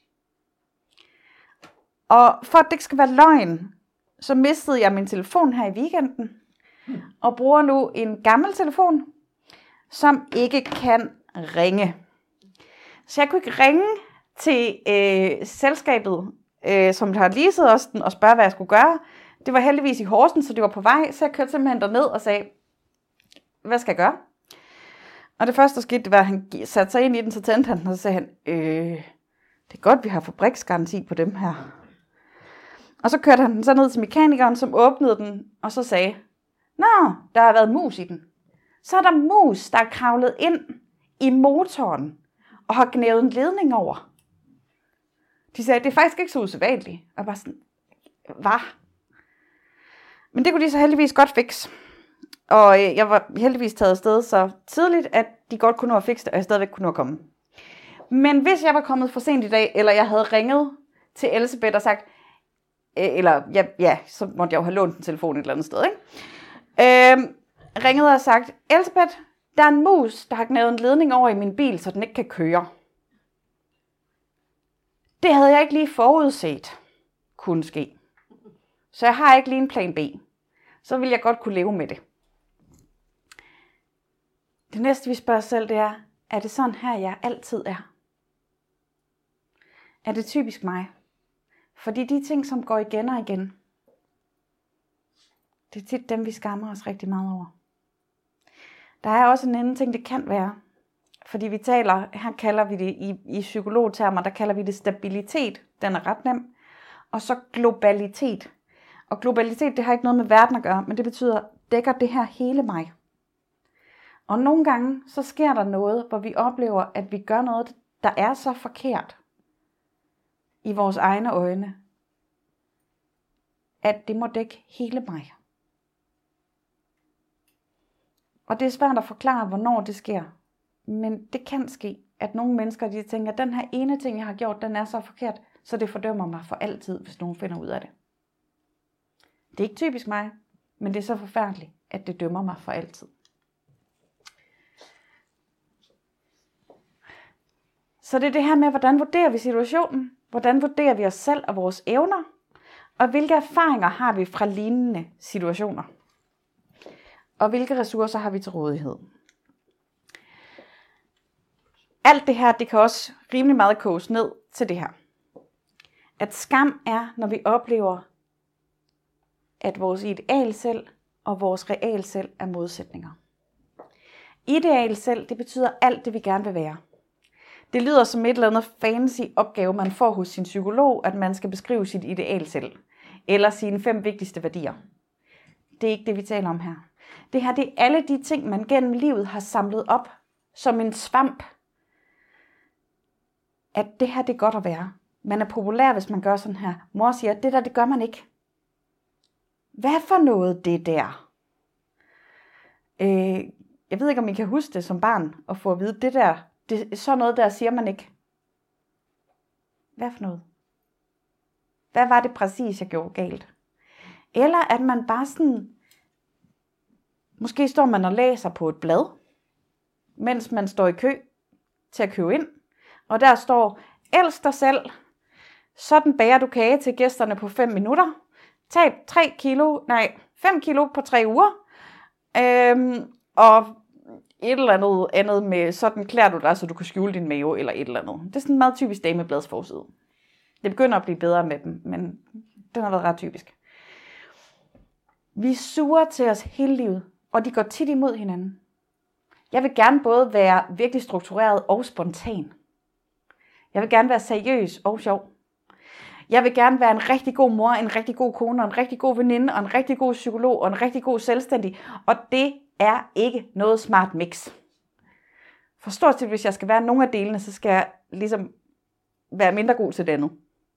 Og for at det ikke skal være løgn, så mistede jeg min telefon her i weekenden, og bruger nu en gammel telefon, som ikke kan ringe. Så jeg kunne ikke ringe til øh, selskabet, øh, som har leaset os den, og spørge, hvad jeg skulle gøre. Det var heldigvis i Horsens, så det var på vej, så jeg kørte simpelthen derned og sagde, hvad skal jeg gøre? Og det første, der skete, det var, at han satte sig ind i den, så tændte han den, og så sagde han, øh, det er godt, vi har fabriksgaranti på dem her. Og så kørte han den så ned til mekanikeren, som åbnede den, og så sagde, nå, der har været mus i den. Så er der mus, der er kravlet ind i motoren, og har gnævet en ledning over. De sagde, det er faktisk ikke så usædvanligt. Og jeg bare sådan, hvad? Men det kunne de så heldigvis godt fikse. Og jeg var heldigvis taget afsted så tidligt, at de godt kunne nå at fikse det, og jeg stadigvæk kunne nå at komme. Men hvis jeg var kommet for sent i dag, eller jeg havde ringet til Elisabeth og sagt, eller ja, ja så måtte jeg jo have lånt en telefon et eller andet sted, ikke? Øhm, ringede og sagt, Elisabeth, der er en mus, der har gnævet en ledning over i min bil, så den ikke kan køre. Det havde jeg ikke lige forudset kunne ske. Så jeg har ikke lige en plan B. Så vil jeg godt kunne leve med det. Det næste, vi spørger os selv, det er, er det sådan her, jeg altid er? Er det typisk mig? Fordi de ting, som går igen og igen, Det er tit dem, vi skammer os rigtig meget over. Der er også en anden ting, det kan være. Fordi vi taler, her kalder vi det i, i psykologtermer, der kalder vi det stabilitet. Den er ret nem. Og så globalitet. Og globalitet, det har ikke noget med verden at gøre, men det betyder, dækker det her hele mig. Og nogle gange, så sker der noget, hvor vi oplever, at vi gør noget, der er så forkert i vores egne øjne, at det må dække hele mig. Og det er svært at forklare, hvornår det sker. Men det kan ske, at nogle mennesker de tænker, at den her ene ting, jeg har gjort, den er så forkert, så det fordømmer mig for altid, hvis nogen finder ud af det. Det er ikke typisk mig, men det er så forfærdeligt, at det dømmer mig for altid. Så det er det her med, hvordan vurderer vi situationen? Hvordan vurderer vi os selv og vores evner? Og hvilke erfaringer har vi fra lignende situationer? Og hvilke ressourcer har vi til rådighed? Alt det her, det kan også rimelig meget koges ned til det her. At skam er, når vi oplever, at vores ideal selv og vores real selv er modsætninger. Ideal selv, det betyder alt det, vi gerne vil være. Det lyder som et eller andet fancy opgave, man får hos sin psykolog, at man skal beskrive sit ideal selv. Eller sine fem vigtigste værdier. Det er ikke det, vi taler om her. Det her, det er alle de ting, man gennem livet har samlet op som en svamp. At det her, det er godt at være. Man er populær, hvis man gør sådan her. Mor siger, det der, det gør man ikke. Hvad for noget det der? Øh, jeg ved ikke, om I kan huske det som barn, og få at vide, det der, det, sådan noget der siger man ikke. Hvad for noget? Hvad var det præcis, jeg gjorde galt? Eller at man bare sådan, måske står man og læser på et blad, mens man står i kø til at købe ind, og der står, elsk dig selv, sådan bager du kage til gæsterne på fem minutter, tab tre kilo, nej, fem kilo på tre uger, øhm, og et eller andet andet med, sådan klæder du dig, så du kan skjule din mave, eller et eller andet. Det er sådan en meget typisk damebladsforside. Det begynder at blive bedre med dem, men den har været ret typisk. Vi suger til os hele livet, og de går tit imod hinanden. Jeg vil gerne både være virkelig struktureret og spontan. Jeg vil gerne være seriøs og sjov. Jeg vil gerne være en rigtig god mor, en rigtig god kone, og en rigtig god veninde, og en rigtig god psykolog, og en rigtig god selvstændig. Og det er ikke noget smart mix. For stort set, hvis jeg skal være nogle af delene, så skal jeg ligesom være mindre god til det andet.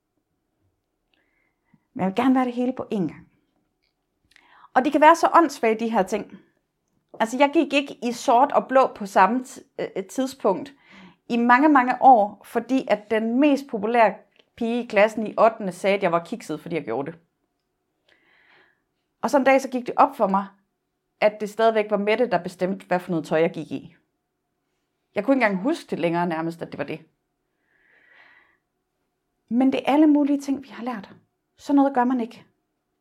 Men jeg vil gerne være det hele på én gang. Og det kan være så åndssvagt, de her ting. Altså, jeg gik ikke i sort og blå på samme t- tidspunkt i mange, mange år, fordi at den mest populære pige i klassen i ottende sagde, at jeg var kikset, fordi jeg gjorde det. Og så en dag, så gik det op for mig, at det stadigvæk var Mette, der bestemte, hvad for noget tøj jeg gik i. Jeg kunne ikke engang huske det længere nærmest, at det var det. Men det er alle mulige ting, vi har lært. Så noget gør man ikke.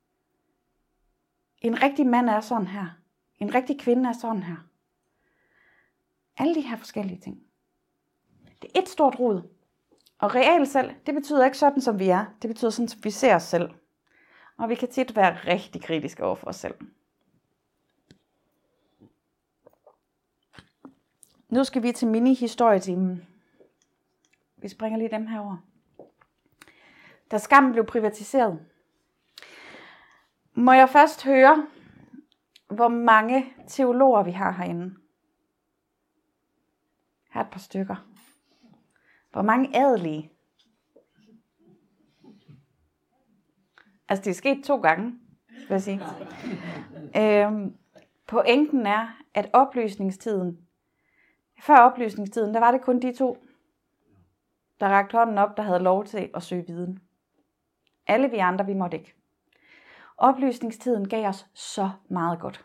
En rigtig mand er sådan her. En rigtig kvinde er sådan her. Alle de her forskellige ting. Det er et stort rod. Og real selv, det betyder ikke sådan, som vi er. Det betyder sådan, som vi ser os selv. Og vi kan tit være rigtig kritiske over for os selv. Nu skal vi til mini-historietimen. Vi springer lige dem herover. Da skam blev privatiseret, må jeg først høre, hvor mange teologer vi har herinde. Her er et par stykker. Hvor mange adelige? Altså det er sket to gange, vil jeg sige. Øhm, pointen er, at oplysningstiden, før oplysningstiden, der var det kun de to, der rakte hånden op, der havde lov til at søge viden. Alle vi andre, vi måtte ikke. Oplysningstiden gav os så meget godt.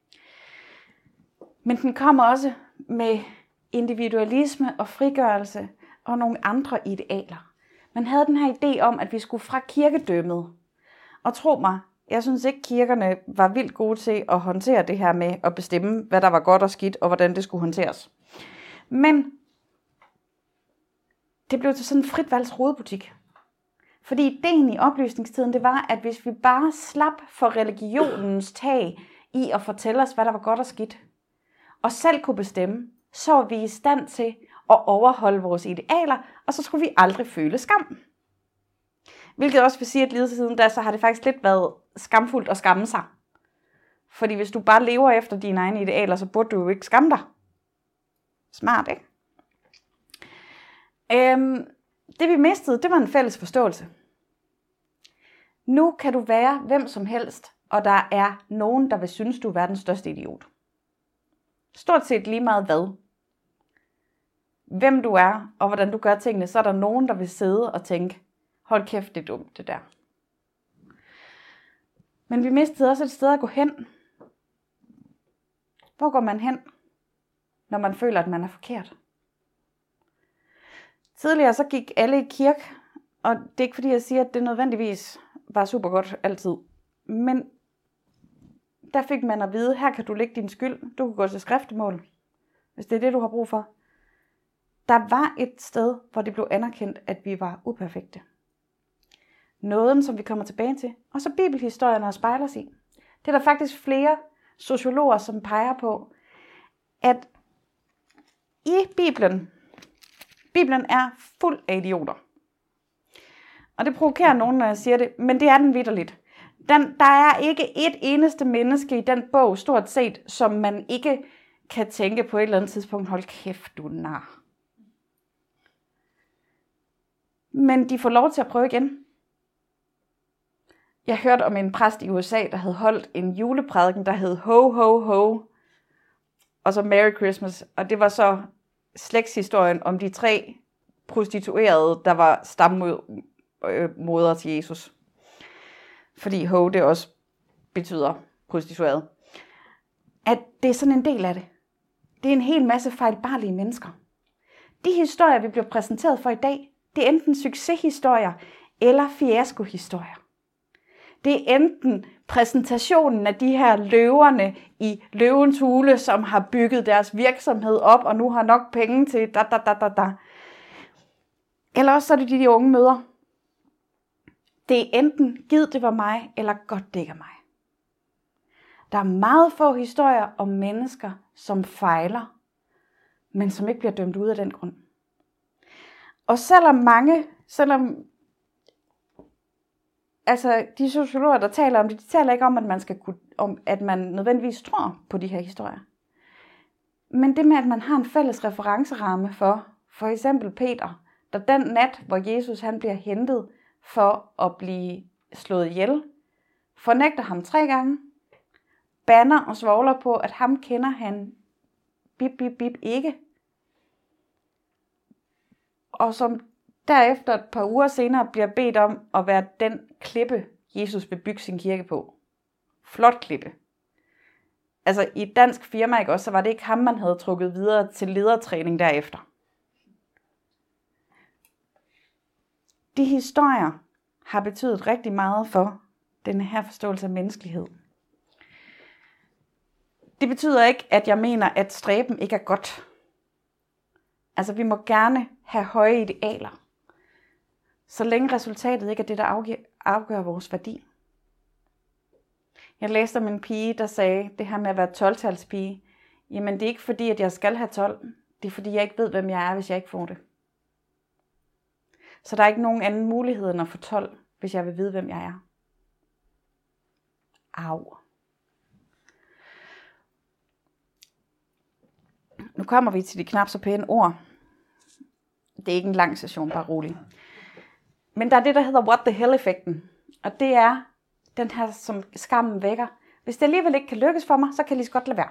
Men den kommer også med individualisme og frigørelse og nogle andre idealer. Man havde den her idé om, at vi skulle fra kirkedømmet. Og tro mig, jeg synes ikke, kirkerne var vildt gode til at håndtere det her med at bestemme, hvad der var godt og skidt, og hvordan det skulle håndteres. Men det blev til sådan en fritvalgs hovedbutik. Fordi ideen i oplysningstiden, det var, at hvis vi bare slap for religionens tag i at fortælle os, hvad der var godt og skidt, og selv kunne bestemme, så var vi i stand til at overholde vores idealer, og så skulle vi aldrig føle skam. Hvilket også vil sige, at lige siden da, så har det faktisk lidt været skamfuldt at skamme sig. Fordi hvis du bare lever efter dine egne idealer, så burde du jo ikke skamme dig. Smart, ikke? Øhm, det vi mistede, det var en fælles forståelse. Nu kan du være hvem som helst, og der er nogen, der vil synes, du er verdens største idiot. Stort set lige meget hvad. Hvem du er, og hvordan du gør tingene, så er der nogen, der vil sidde og tænke, hold kæft, det er dumt det der. Men vi mistede også et sted at gå hen. Hvor går man hen, når man føler, at man er forkert? Tidligere så gik alle i kirke, og det er ikke fordi, jeg siger, at det nødvendigvis var super godt altid. Men der fik man at vide, her kan du lægge din skyld, du kan gå til skriftemål, hvis det er det, du har brug for. Der var et sted, hvor det blev anerkendt, at vi var uperfekte. Nåden, som vi kommer tilbage til, og så bibelhistorierne og spejler os i. Det er der faktisk flere sociologer, som peger på, at i Bibelen, Bibelen er fuld af idioter. Og det provokerer nogen, når jeg siger det, men det er den vitterligt. Den, der er ikke et eneste menneske i den bog, stort set, som man ikke kan tænke på et eller andet tidspunkt, hold kæft, du nar. Men de får lov til at prøve igen. Jeg hørte om en præst i U S A, der havde holdt en juleprædiken, der hed Ho, Ho, Ho, og så Merry Christmas. Og det var så slægtshistorien om de tre prostituerede, der var stammoder til Jesus. Fordi Ho, det også betyder prostitueret. At det er sådan en del af det. Det er en hel masse fejlbarlige mennesker. De historier, vi bliver præsenteret for i dag, det er enten succeshistorier eller fiaskohistorier. Det er enten præsentationen af de her løverne i Løvens Hule, som har bygget deres virksomhed op, og nu har nok penge til da, da, da, da, da. Eller også så er det de, de unge møder. Det er enten gid det var mig, eller godt det ikke er mig. Der er meget få historier om mennesker, som fejler, men som ikke bliver dømt ud af den grund. Og selvom mange, selvom altså de sociologer, der taler om det, de taler ikke om, at man skal kunne, om, at man nødvendigvis tror på de her historier. Men det med, at man har en fælles referenceramme for, for eksempel Peter, der den nat, hvor Jesus han bliver hentet for at blive slået ihjel, fornægter ham tre gange, banner og svogler på, at ham kender han bip, bip, bip ikke. Og som derefter et par uger senere bliver bedt om at være den klippe, Jesus vil bygge sin kirke på. Flot klippe. Altså i et dansk firma, ikke også, så var det ikke ham, man havde trukket videre til ledertræning derefter. De historier har betydet rigtig meget for denne her forståelse af menneskelighed. Det betyder ikke, at jeg mener, at stræben ikke er godt. Altså vi må gerne have høje idealer, så længe resultatet ikke er det, der afgør, afgør vores værdi. Jeg læste om en pige, der sagde det her med at være tolv-talspige. Jamen det er ikke fordi, at jeg skal have tolv. Det er fordi, jeg ikke ved, hvem jeg er, hvis jeg ikke får det. Så der er ikke nogen anden mulighed end at få tolv, hvis jeg vil vide, hvem jeg er. Au. Nu kommer vi til de knap så pæne ord. Det er ikke en lang session, bare rolig. Men der er det, der hedder what the hell-effekten. Og det er den her, som skammen vækker. Hvis det alligevel ikke kan lykkes for mig, så kan jeg lige så godt lade være.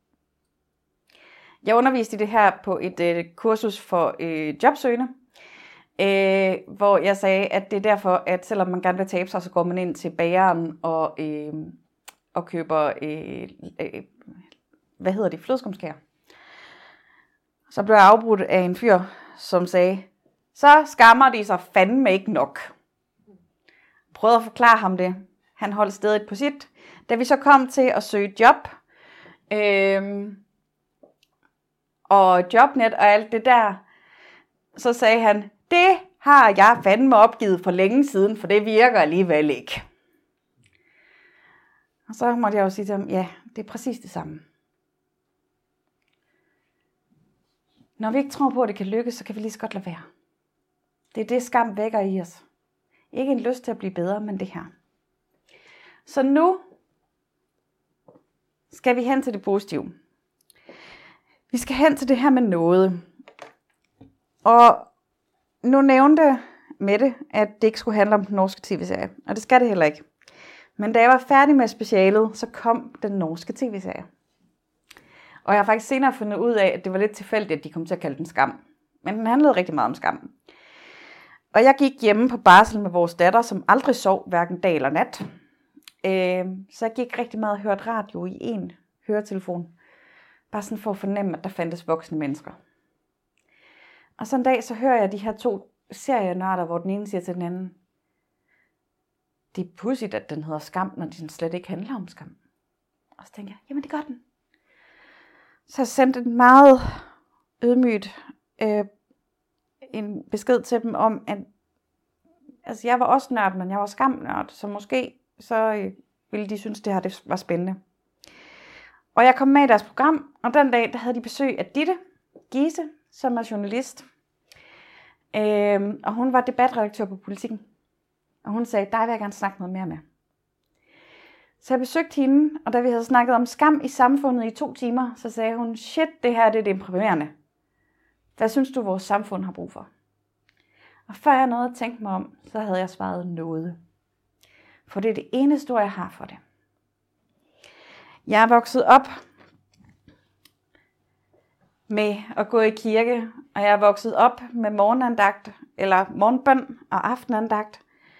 Jeg underviste i det her på et øh, kursus for øh, jobsøgende, øh, hvor jeg sagde, at det er derfor, at selvom man gerne vil tabe sig, så går man ind til bageren og, øh, og køber, øh, øh, hvad hedder det, flødeskumskager. Så blev jeg afbrudt af en fyr, som sagde, så skammer de sig fandme ikke nok. Prøvede at forklare ham det. Han holdt stedet på sit. Da vi så kom til at søge job, øh, og jobnet og alt det der, så sagde han, det har jeg fandme opgivet for længe siden, for det virker alligevel ikke. Og så måtte jeg jo sige til ham, ja, det er præcis det samme. Når vi ikke tror på, at det kan lykkes, så kan vi lige så godt lade være. Det er det, skam vækker i os. Ikke en lyst til at blive bedre, men det her. Så nu skal vi hen til det positive. Vi skal hen til det her med noget. Og nu nævnte Mette, at det ikke skulle handle om den norske tv-serie. Og det skal det heller ikke. Men da jeg var færdig med specialet, så kom den norske tv-serie. Og jeg har faktisk senere fundet ud af, at det var lidt tilfældigt, at de kom til at kalde den Skam. Men den handlede rigtig meget om skam. Og jeg gik hjemme på barsel med vores datter, som aldrig sov, hverken dag eller nat. Så jeg gik rigtig meget og hørte radio i en høretelefon. Bare sådan for at fornemme, at der fandtes voksne mennesker. Og så en dag, så hører jeg de her to serienørder, hvor den ene siger til den anden, det er pudsigt, at den hedder Skam, når den slet ikke handler om skam. Og så tænker jeg, jamen det gør den. Så jeg sendte en meget ydmygt øh, en besked til dem om, at altså, jeg var også nørd, men jeg var skamnørd, så måske så øh, ville de synes, det her det var spændende. Og jeg kom med i deres program, og den dag, der havde de besøg af Ditte Giese, som er journalist. Øh, og hun var debatredaktør på Politikken. Og hun sagde, dig vil jeg gerne snakke noget mere med. Så jeg besøgte hende, og da vi havde snakket om skam i samfundet i to timer, så sagde hun, shit, det her det er deprimerende. Hvad synes du, vores samfund har brug for? Og før jeg nåede at tænke mig om, så havde jeg svaret noget. For det er det eneste ord, jeg har for det. Jeg er vokset op med at gå i kirke, og jeg er vokset op med morgenandagt, eller morgenbøn og aftenandagt.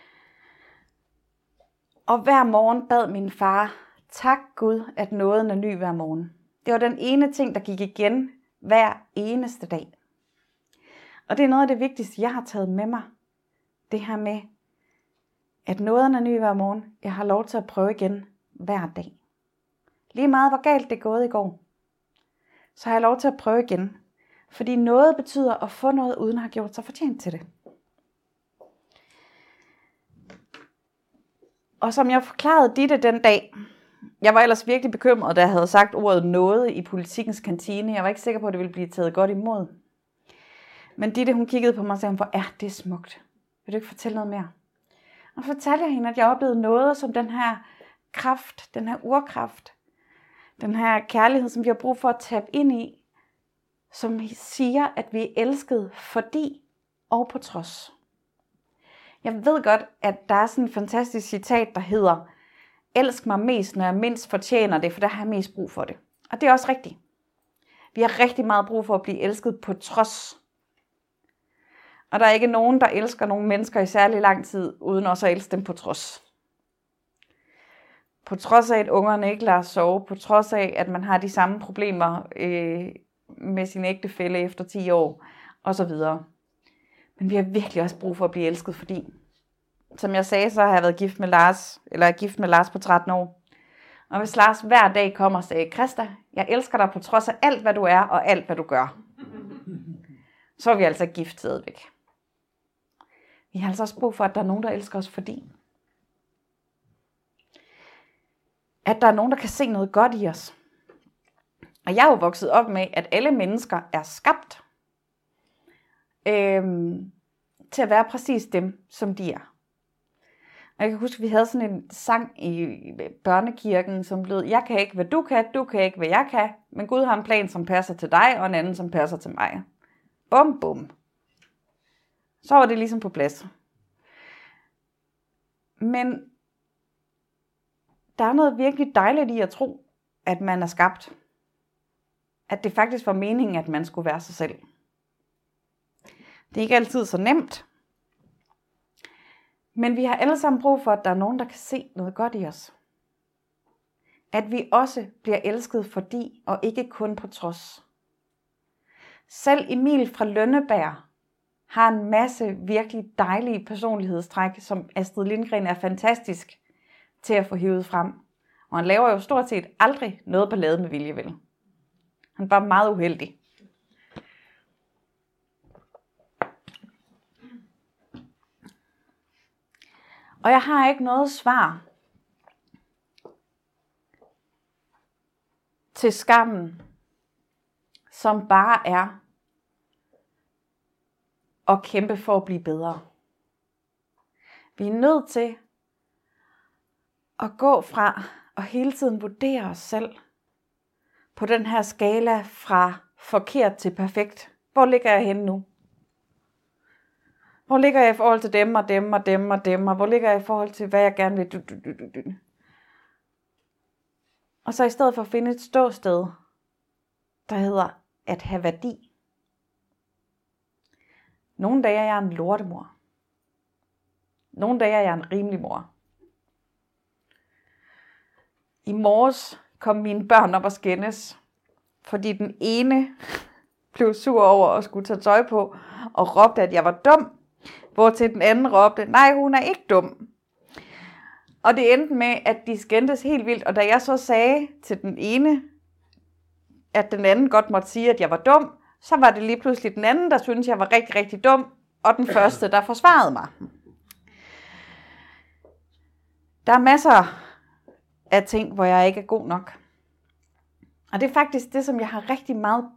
Og hver morgen bad min far, tak Gud, at nåden er ny hver morgen. Det var den ene ting, der gik igen hver eneste dag. Og det er noget af det vigtigste, jeg har taget med mig. Det her med, at nåden er ny hver morgen. Jeg har lov til at prøve igen hver dag. Lige meget hvor galt det er gået i går, så har jeg lov til at prøve igen. Fordi noget betyder at få noget, uden at have gjort sig fortjent til det. Og som jeg forklarede Ditte den dag, jeg var ellers virkelig bekymret, da jeg havde sagt ordet noget i Politikens kantine. Jeg var ikke sikker på, at det ville blive taget godt imod. Men Ditte, hun kiggede på mig og sagde, hvor er det smukt. Vil du ikke fortælle noget mere? Og så fortalte jeg hende, at jeg oplevede noget som den her kraft, den her urkraft, den her kærlighed, som vi har brug for at tabe ind i, som siger, at vi er elsket fordi og på trods. Jeg ved godt, at der er sådan en fantastisk citat, der hedder, elsk mig mest, når jeg mindst fortjener det, for der har jeg mest brug for det. Og det er også rigtigt. Vi har rigtig meget brug for at blive elsket på trods. Og der er ikke nogen, der elsker nogle mennesker i særlig lang tid, uden også at elske dem på trods. På trods af, at ungerne ikke lader sove, på trods af, at man har de samme problemer øh, med sin ægtefælle efter ti år, osv. Men vi har virkelig også brug for at blive elsket, fordi, som jeg sagde, så har jeg været gift med Lars, eller gift med Lars på tretten år. Og hvis Lars hver dag kommer og siger, Christa, jeg elsker dig på trods af alt, hvad du er, og alt, hvad du gør, så er vi altså gift stadigvæk. Vi har altså også brug for, at der er nogen, der elsker os, fordi at der er nogen, der kan se noget godt i os. Og jeg er jo vokset op med, at alle mennesker er skabt øhm, til at være præcis dem, som de er. Og jeg kan huske, at vi havde sådan en sang i børnekirken, som lød, jeg kan ikke, hvad du kan, du kan ikke, hvad jeg kan, men Gud har en plan, som passer til dig, og en anden, som passer til mig. Bum, bum. Så var det ligesom på plads. Men der er noget virkelig dejligt i at tro, at man er skabt. At det faktisk var meningen, at man skulle være sig selv. Det er ikke altid så nemt. Men vi har alle sammen brug for, at der er nogen, der kan se noget godt i os. At vi også bliver elsket fordi, og ikke kun på trods. Selv Emil fra Lønneberg har en masse virkelig dejlige personlighedstræk, som Astrid Lindgren er fantastisk til at få hivet frem. Og han laver jo stort set aldrig noget ballade med vilje, vel. Han er bare meget uheldig. Og jeg har ikke noget svar til skammen, som bare er at kæmpe for at blive bedre. Vi er nødt til at gå fra og hele tiden vurdere os selv på den her skala fra forkert til perfekt. Hvor ligger jeg henne nu? Hvor ligger jeg i forhold til dem og dem og dem og dem? Og hvor ligger jeg i forhold til, hvad jeg gerne vil? Du, du, du, du, du. Og så i stedet for at finde et ståsted, der hedder at have værdi. Nogle dage er jeg en lortemor. Nogle dage er jeg en rimelig mor. I morges kom mine børn op og skændes, fordi den ene blev sur over at skulle tage tøj på og råbte, at jeg var dum, hvortil den anden råbte, nej, hun er ikke dum. Og det endte med, at de skændtes helt vildt, og da jeg så sagde til den ene, at den anden godt måtte sige, at jeg var dum, så var det lige pludselig den anden, der syntes, jeg var rigtig, rigtig dum, og den første, der forsvarede mig. Der er masser af ting, hvor jeg ikke er god nok. Og det er faktisk det, som jeg har rigtig meget,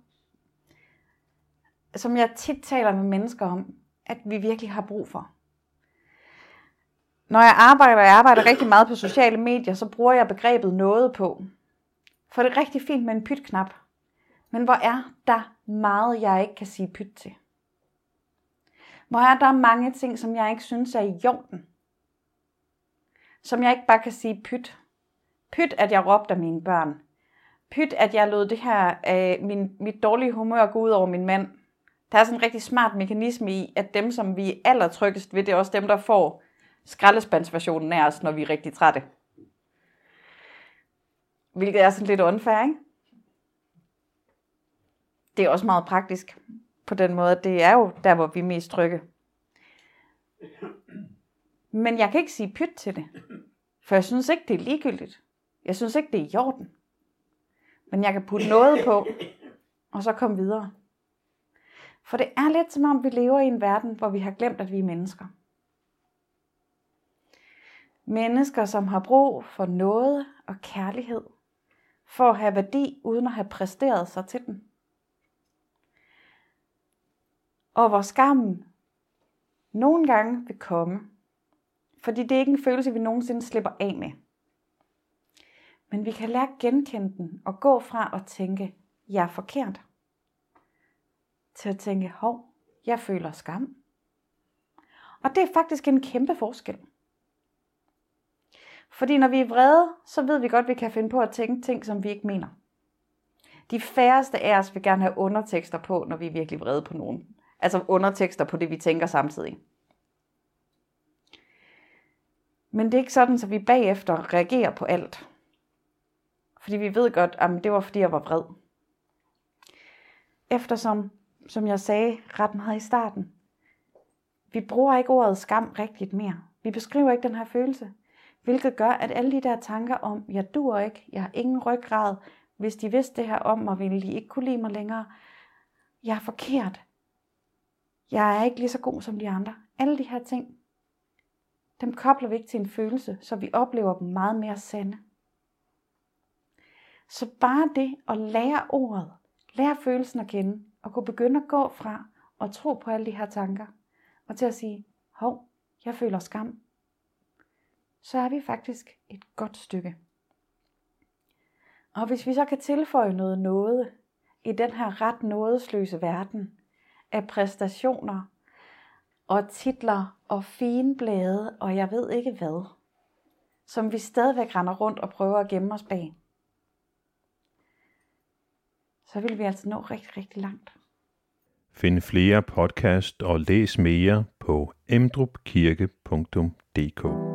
som jeg tit taler med mennesker om, at vi virkelig har brug for. Når jeg arbejder, og jeg arbejder rigtig meget på sociale medier, så bruger jeg begrebet noget på. For det er rigtig fint med en pytknap. Men hvor er der meget, jeg ikke kan sige pyt til? Hvor er der mange ting, som jeg ikke synes er i orden? Som jeg ikke bare kan sige pyt. Pyt, at jeg råbte af mine børn. Pyt, at jeg lod det her, øh, min, mit dårlige humør gå ud over min mand. Der er sådan en rigtig smart mekanisme i, at dem, som vi er allertryggest ved, det er også dem, der får skraldespandsversionen af os, når vi er rigtig trætte. Hvilket er sådan lidt unfair, ikke? Det er også meget praktisk på den måde, at det er jo der, hvor vi er mest trygge. Men jeg kan ikke sige pyt til det, for jeg synes ikke, det er ligegyldigt. Jeg synes ikke, det er i orden. Men jeg kan putte noget på, og så komme videre. For det er lidt som om, vi lever i en verden, hvor vi har glemt, at vi er mennesker. Mennesker, som har brug for noget og kærlighed, for at have værdi, uden at have præsteret sig til den. Og hvor skammen nogle gange vil komme, fordi det er ikke en følelse, vi nogensinde slipper af med. Men vi kan lære at genkende den og gå fra at tænke, jeg er forkert, til at tænke, hov, jeg føler skam. Og det er faktisk en kæmpe forskel. Fordi når vi er vrede, så ved vi godt, at vi kan finde på at tænke ting, som vi ikke mener. De færreste af os vil gerne have undertekster på, når vi er virkelig vrede på nogen. Altså undertekster på det, vi tænker samtidig. Men det er ikke sådan, at vi bagefter reagerer på alt. Fordi vi ved godt, at det var fordi, jeg var vred. Eftersom, som jeg sagde ret meget i starten, vi bruger ikke ordet skam rigtigt mere. Vi beskriver ikke den her følelse. Hvilket gør, at alle de der tanker om, jeg duer ikke, jeg har ingen ryggrad, hvis de vidste det her om mig, ville de ikke kunne lide mig længere. Jeg er forkert. Jeg er ikke lige så god som de andre. Alle de her ting, dem kobler vi ikke til en følelse, så vi oplever dem meget mere sande. Så bare det at lære ordet, lære følelsen at kende, og kunne begynde at gå fra og tro på alle de her tanker, og til at sige, hov, jeg føler skam, så er vi faktisk et godt stykke. Og hvis vi så kan tilføje noget nåde i den her ret nådesløse verden af præstationer og titler og fine blade og jeg ved ikke hvad, som vi stadigvæk render rundt og prøver at gemme os bag, så vil vi altså nå rigtig, rigtig langt. Find flere podcast og læs mere på emdrupkirke punktum d k.